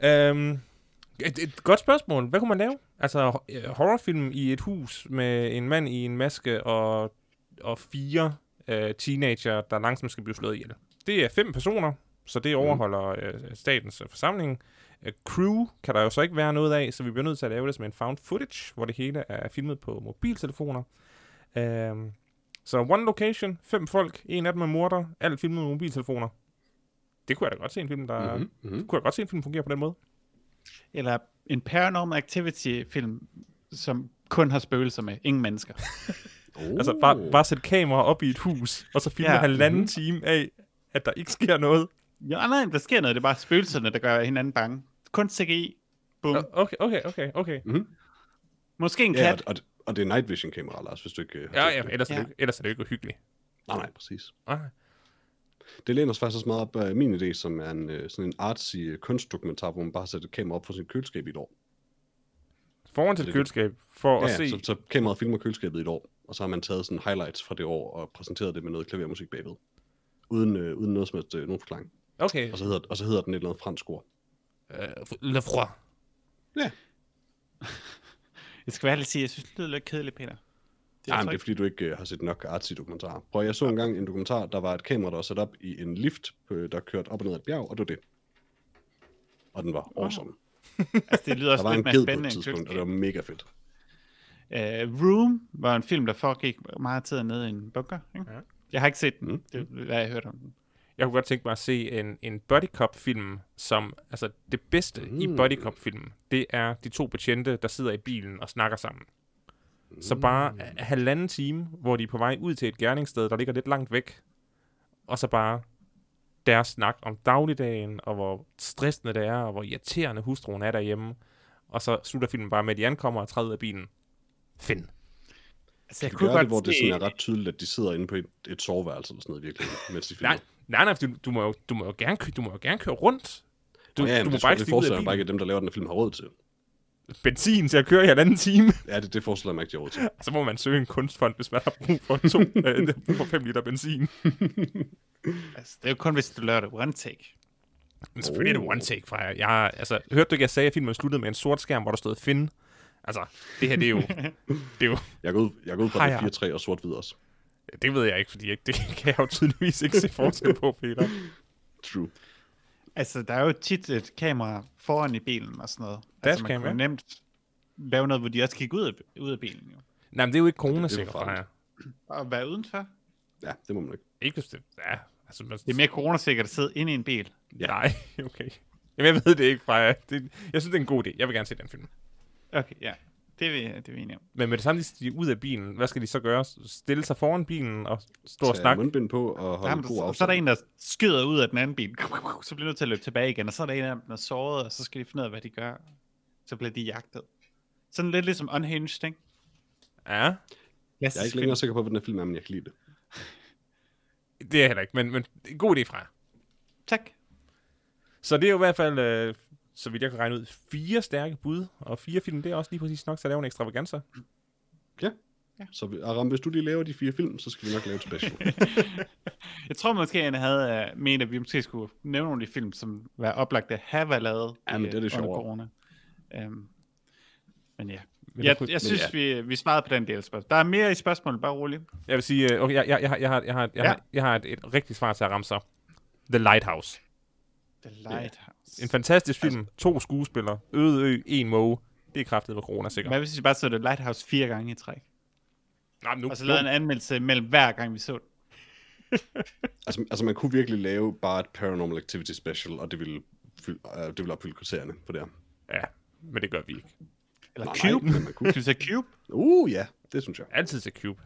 Et godt spørgsmål. Hvad kunne man lave? Altså horrorfilm i et hus med en mand i en maske og 4 teenager, der langsomt skal blive slået ihjel. Det er 5 personer, så det overholder statens forsamling. Crew kan der jo så ikke være noget af, så vi bliver nødt til at lave det som en found footage, hvor det hele er filmet på mobiltelefoner. Så one location, 5 folk, en af dem er morder, alt filmet med mobiltelefoner. Det kunne jeg da godt se en film, der... Kunne jeg godt se en film fungerer på den måde. Eller en Paranormal Activity-film, som kun har spøgelser med. Ingen mennesker. Altså bare sætte kamera op i et hus, og så filme 1,5 time af, at der ikke sker noget. Ja, nej, der sker noget. Det er bare spøgelserne, der gør hinanden bange. Kun CGI. Boom. Okay. Måske en kat. Og det er night vision kamera, Lars, hvis du ikke... Ellers er det jo ikke uhyggeligt. Nej, præcis. Nej. Det læner sig faktisk også meget op af min idé, som er sådan en artsy kunstdokumentar, hvor man bare sætter et kamera op for sin køleskab i et år. Foran til et køleskab, for at se... så kameraet filmer køleskabet i et år, og så har man taget sådan highlights fra det år, og præsenteret det med noget klavermusik bagved. Uden noget som helst, nogen forklaring. Okay. Og så hedder den et eller andet fransk ord. Le Froid. Ja. Jeg skal være sige, jeg synes, det lyder lidt kedeligt, Peter. Det er fordi, du ikke har set nok artsy dokumentarer. Prøv, jeg så engang en dokumentar, der var et kamera, der var sat op i en lift, der kørte op og ned ad et bjerg, og det var det. Og den var awesome. Altså, det lyder også lidt mere spændende. Der var en ged på et tidspunkt, og det var mega fedt. Room var en film, der foregik meget tid nede i en bunker. Ikke? Ja. Jeg har ikke set den. Det er, hvad jeg hørt om den. Jeg kunne godt tænke mig at se en buddy cop film, som, altså det bedste i buddy cop film, det er de 2 betjente, der sidder i bilen og snakker sammen. Så bare 1,5 time, hvor de er på vej ud til et gerningssted, der ligger lidt langt væk, og så bare deres snak om dagligdagen, og hvor stressende det er, og hvor irriterende hustruen er derhjemme. Og så slutter filmen bare med, at de ankommer og træder ud af bilen. Find. Altså, jeg kunne godt det, hvor det sådan er ret tydeligt, at de sidder inde på et soveværelse eller sådan noget virkelig, mens de filmer. Nej, du må jo gerne køre rundt. Du må bare ikke forestiller mig bare ikke, at dem, der laver den film, har råd til. Benzin til at køre i 1,5 time. Ja, det forestiller mig ikke, de har råd til. Så må man søge en kunstfond, hvis man har brug for 5 liter benzin. Altså, det er jo kun, hvis du laver det one take. Men selvfølgelig er det one take, Freja. Hørte du ikke, jeg sagde, at filmen sluttede med en sort skærm, hvor der stod Finn? Altså, det her, det er jo... Jeg går ud fra det 4-3 og sort-hvid også. Det ved jeg ikke, fordi det kan jeg jo tydeligvis ikke se forskel på, Peter. True. Altså, der er jo tit et kamera foran i bilen og sådan noget. Altså, man kan nemt lave noget, hvor de også kigger ud af bilen. Jo. Nej, men det er jo ikke coronasikkert, Freja. Og være udenfor? Ja, det må man ikke. Ikke hvis det... Ja, altså, det er mere coronasikkert at sidde inde i en bil. Ja. Nej, okay. Jamen, jeg ved det ikke, Freja. Jeg synes, det er en god idé. Jeg vil gerne se den film. Okay, ja. Det er vi enige om. Men med det samme, de er ud af bilen, hvad skal de så gøre? Stille sig foran bilen og stå og snakke? Mundbind på og holde god afstand. Så er der en, der skyder ud af den anden bil. Så bliver nødt til at løbe tilbage igen. Og så er der en af dem, der er såret, og så skal de finde ud af, hvad de gør. Så bliver de jagtet. Sådan lidt ligesom Unhinged, ikke? Ja. Jeg er ikke længere sikker på, hvad den film er, men jeg kan lide det. Det er jeg heller ikke, men god idé fra. Tak. Så det er jo i hvert fald... så vidt jeg kan regne ud, 4 stærke bud, og 4 film, det er også lige præcis nok til at lave en ekstravaganza. Ja. Så Aram, hvis du lige laver de 4 film, så skal vi nok lave et special. Jeg tror måske, at jeg havde ment, at vi måske skulle nævne nogle af de film, som var oplagt at have været lavet under corona. Men ja. Jeg synes, vi svarede på den del af spørgsmålet. Der er mere i spørgsmålet, bare roligt. Jeg vil sige, okay, jeg har et rigtigt svar til at ramme så. The Lighthouse. The Lighthouse. En fantastisk film. 2 skuespillere. Øde 1 måge. Det er kraftigt med corona, sikkert. Hvad hvis vi bare så The Lighthouse 4 gange i træk? Nej, nu, og så lavede en anmeldelse mellem hver gang, vi så det. altså, man kunne virkelig lave bare et Paranormal Activity special, og det ville opfylde kriterierne på det her. Ja, men det gør vi ikke. Eller Nej, Cube. nej, man kunne. Skal vi sige Cube? Ja, det synes jeg. Altid til Cube.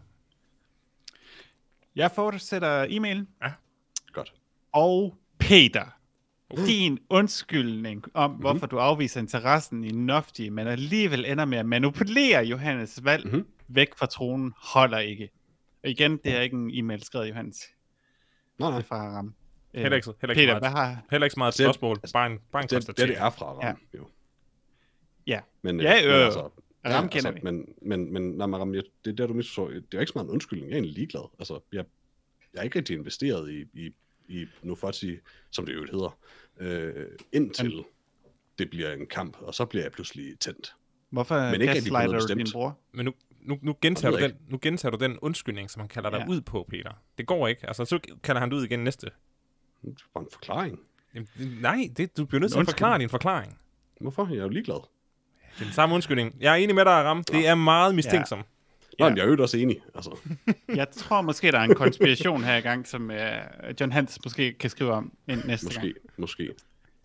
Jeg fortsætter e-mailen. Godt. Og Peter, din undskyldning om, hvorfor du afviser interessen i Nofti, men alligevel ender med at manipulere Johannes valg væk fra tronen, holder ikke. Og igen, det er ikke en e-mail skrevet, Johannes. Nej. Det er fra Ram. Heller ikke Peter, hvad har... Heller ikke så meget et spørgsmål, bare en konstatering. Det er fra Ram, jo. Ja. Men, Ja, altså, Ram kender vi. Men når man Ram, det er der, du misforstår. Det er ikke så meget en undskyldning. Jeg er egentlig ligeglad. Altså, jeg er ikke rigtig investeret i Nofoti, som det jo hedder, indtil det bliver en kamp, og så bliver jeg pludselig tændt. Hvorfor gaslighter du din bror? Men nu gentager du den undskyldning, som han kalder dig ud på, Peter. Det går ikke. Altså, så kalder han dig ud igen næste. Det var en forklaring. Jamen, nej, du bliver nødt til at forklare din forklaring. Hvorfor? Jeg er jo ligeglad. Det er den samme undskyldning. Jeg er enig med dig, Ram. Det er meget mistænksom. Nå, men jeg er jo også enig. Altså. Jeg tror måske, der er en konspiration her i gang, som John Hans måske kan skrive om næste gang. Måske.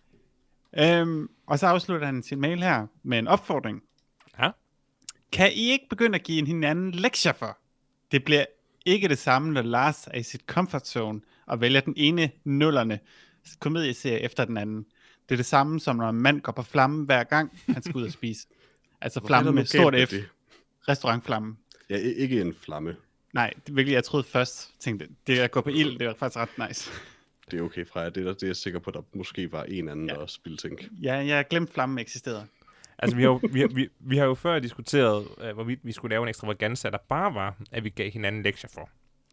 Og så afslutter han sin mail her med en opfordring. Ja? Kan I ikke begynde at give hinanden lektier for? Det bliver ikke det samme, når Lars er i sit comfort zone og vælger den ene nullerne komedieserie efter den anden. Det er det samme, som når en mand går på flamme hver gang, han skal ud og spise. Altså flamme med stort F. Restaurantflamme. Ja, ikke en flamme. Nej, det virkelig, jeg troede først, tænkte, det at gå på ild, det var faktisk ret nice. Det er okay, Freja. Det er jeg sikker på, at der måske var en anden, der spildte ting. Ja, jeg glemte flammen eksisterede. Altså, vi har jo før diskuteret, hvorvidt vi skulle lave en ekstravaganza, der bare var, at vi gav hinanden lektier for.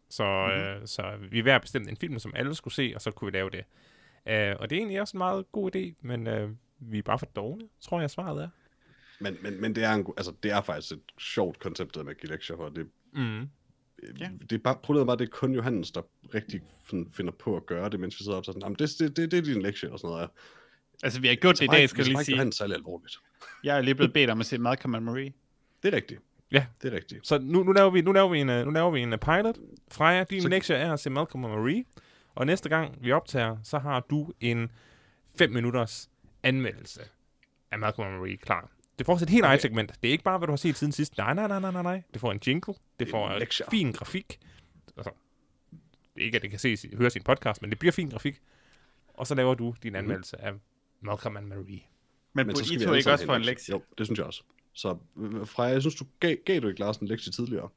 Så vi hver bestemt en film, som alle skulle se, og så kunne vi lave det. Og det er egentlig også en meget god idé, men vi er bare for dårlige, tror jeg, svaret er. Men det er det er faktisk et sjovt koncept, med at give lektier for. Det det er bare, problemet bare, det er kun Johannes, der rigtig finder på at gøre det, mens vi sidder op sådan, det er din lektie, og sådan noget. Altså, vi har gjort det i dag, skal jeg lige sige. Johannes særlig alvorligt. Jeg er lige blevet bedt om at se Malcolm and Marie. Det er rigtigt. Ja. Det er rigtigt. Så nu laver vi en pilot. Freja, din lektie er at se Malcolm and Marie, og næste gang vi optager, så har du en 5 minutters anmeldelse af Malcolm and Marie klar. Det får et helt eget segment. Det er ikke bare, hvad du har set siden sidst. Nej. Det får en jingle. Det får en fin grafik. Altså, det er ikke, at det kan høre sin podcast, men det bliver fin grafik. Og så laver du din anmeldelse af Malcolm and Marie. Men burde I to ikke også få en lektie? Jo, det synes jeg også. Så Freja, jeg synes, gav du ikke Lars en lektie tidligere?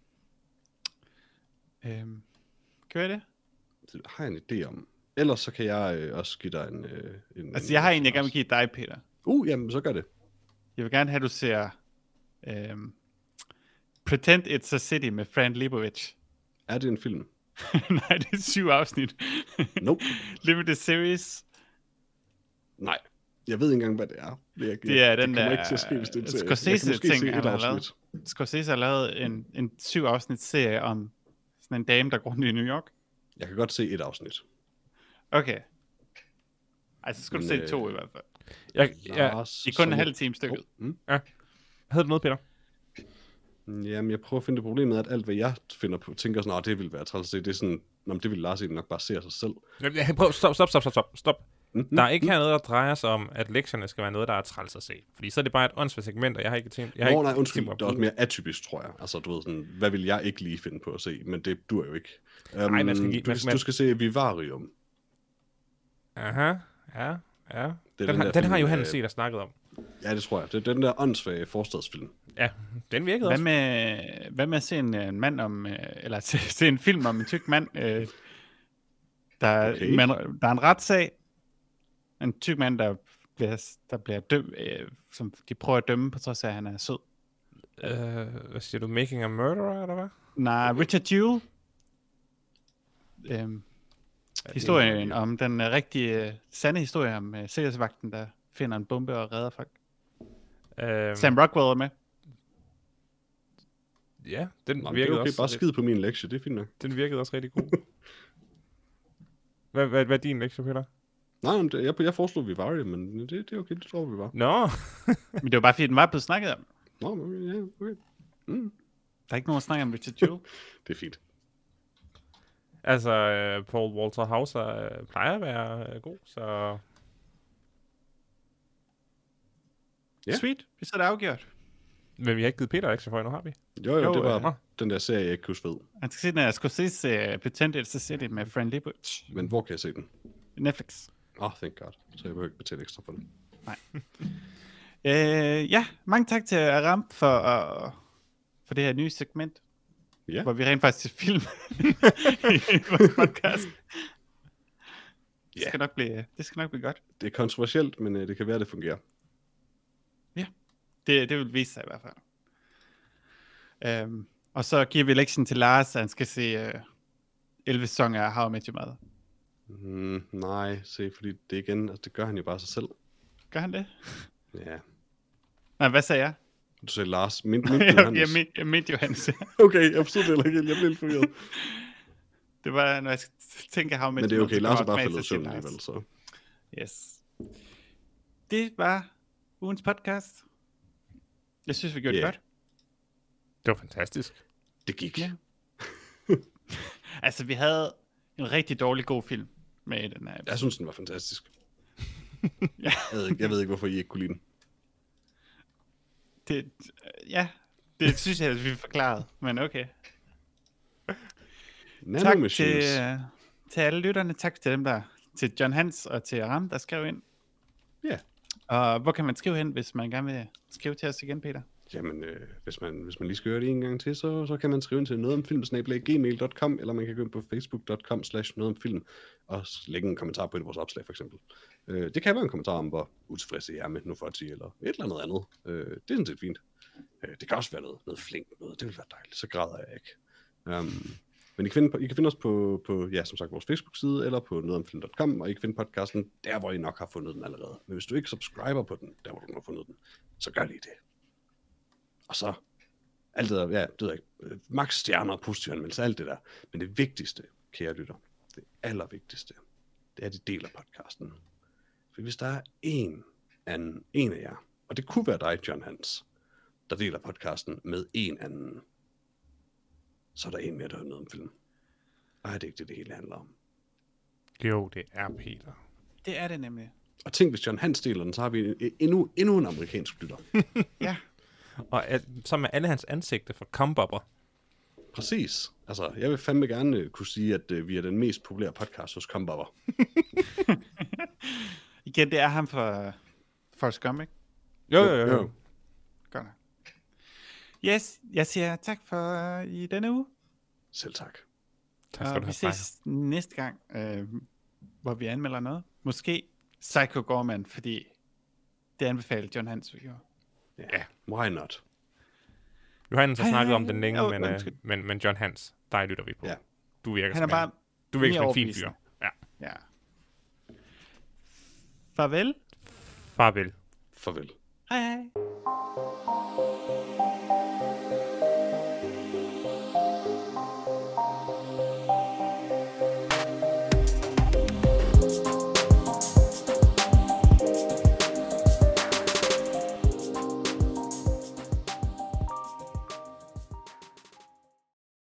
Gør jeg det? Det har jeg en idé om. Ellers så kan jeg også give dig en... Altså, jeg har en, jeg gerne vil give dig, Peter. Jamen, så gør det. Jeg vil gerne have, at du ser Pretend It's a City med Fran Lebowitz. Er det en film? Nej, det er 7 afsnit. Nope. Limited series. Nej, jeg ved ikke engang, hvad det er. Det er den der... Scorsese-ting, han har lavet. Scorsese har lavet en 7 afsnit serie om sådan en dame, der går rundt i New York. Jeg kan godt se et afsnit. Okay. Altså, skal du se 2 i hvert fald. Det er kun en halv time stykket. Ja. Havde du noget, Peter? Jamen, jeg prøver at finde det problem med, at alt, hvad jeg finder på, tænker sådan, det vil være træls. Det er sådan, det vil Lars nok bare se af sig selv. Prøv, stop. Der er ikke her noget, der drejer sig om, at lektierne skal være noget, der er træls at se. Fordi så er det bare et åndsvært segment, og jeg har ikke tænkt... Nej, undskyld, det er også mere atypisk, tror jeg. Altså, du ved sådan, hvad vil jeg ikke lige finde på at se? Men det dur jo ikke. Nej, du skal se Vivarium. Aha, ja. Den har Johannes set og snakket om. Ja, det tror jeg. Det er den der åndssvage forstadsfilm. Ja, den virkede også. Hvad med at se en mand om... eller se en film om en tyk mand, der er en retssag. En tyk mand, der bliver dømt, som de prøver at dømme, på trods af, at han er sød. Hvad siger du? Making a Murderer, eller hvad? Nej, Richard Jewell. Historien om den rigtige, sande historie om sikkerhedsvagten, der finder en bombe og redder folk. Sam Rockwell er med. Ja, den virkede det er okay, også... bare skid på min lektie, det er fint nok. Den virkede også rigtig god. Hvad er din lektie, Peter? Nej, jeg foreslog Vivarium, men det er okay, det tror vi bare. Nå! Men det var bare fordi, den var blevet snakket om. Nå, ja, okay. Der er ikke nogen at snakke om Richard Jewell. Det er fint. Altså, Paul Walter Hauser plejer at være god, så... Ja. Sweet, vi så er det afgjort. Men vi har ikke givet Peter ekstra for, nu har vi. Jo, det var ja. den der serie, jeg ikke kunne ved. Han skal se, når jeg skulle se Pretended City med Friendly Butch. Men hvor kan jeg se den? Netflix. Thank God. Så jeg behøver ikke betale ekstra for den. Nej. Ja, mange tak til Aram for det her nye segment, Ja. hvor vi rent faktisk til film i vores podcast. Det skal nok blive godt. Det er kontroversielt, men det kan være, det fungerer. Det vil vise sig i hvert fald. Og så giver vi lektionen til Lars, at han skal se 11 sæsoner af How I Met Your Mother. Nej, fordi det igen, altså, det gør han jo bare sig selv. Gør han det? Ja. Nej, hvad sagde jeg? Du sagde Lars, Johannes. jeg mente Johannes. Okay, jeg forstod det heller ikke. Jeg blev lidt forvirret. Det var, når jeg tænker How I Met Men det er Your okay, Mother, Lars er bare automatisk faldet i søvn til Lars. alligevel, så. Yes. Det var ugens podcast. Jeg synes, vi gjorde det godt. Det var fantastisk. Det gik. Ja. Altså, vi havde en rigtig dårlig god film med i den her episode. Jeg synes, den var fantastisk. Ja. Jeg ved ikke, hvorfor I ikke kunne lide den. Det synes jeg, at vi forklarede, men okay. Tak til alle lytterne. Tak til dem, til John Hans og til Aram, der skrev ind. Ja. Og hvor kan man skrive hen, hvis man gerne vil skrive til os igen, Peter? Jamen, hvis man lige skal høre det en gang til, så kan man skrive ind til nogetomfilm@gmail.com, eller man kan gå ind på facebook.com/nogetomfilm og lægge en kommentar på et af vores opslag, for eksempel. Det kan være en kommentar om, hvor utilfredse jeg er med Nofoti, eller et eller andet. Det er sådan set fint. Det kan også være noget flink noget. Det vil være dejligt. Så græder jeg ikke. Men I kan finde os på ja, som sagt, vores Facebook-side, eller på nogetomfilm.com, og I kan finde podcasten der, hvor I nok har fundet den allerede. Men hvis du ikke subscriber på den, der hvor du har fundet den, så gør lige det. Og så, alt det der, ja, det ved jeg ikke, max stjerner og positive anmeldelser, alt det der. Men det vigtigste, kære lytter, det allervigtigste, det er, at I deler podcasten. For hvis der er en af jer, og det kunne være dig, John Hans, der deler podcasten med en anden, så er der en mere, der hører noget om film. Og er det ikke det hele handler om? Jo, det er Peter. Det er det nemlig. Og tænk, hvis John Hans deler den, så har vi endnu en amerikansk lytter. Ja. Og så med alle hans ansigter for Cumbubber. Præcis. Altså, jeg vil fandme gerne kunne sige, at vi er den mest populære podcast hos Cumbubber. Igen, det er ham for Forrest Gump, ikke? Jo. Godt nok. Yes, jeg siger tak for i denne uge. Selv tak. Tak skal Og du vi have, ses næste gang, hvor vi anmelder noget. Måske Psycho Gorman, fordi det anbefalede John Hans, vi gjorde. Ja, why not? Johannes har snakket om den længe, undskyld. men John Hans, dig lytter vi på. Ja. Du virker Han er bare som en fin overbevisende. fyr. Ja. Ja. Farvel. Farvel. Farvel. Hej hej.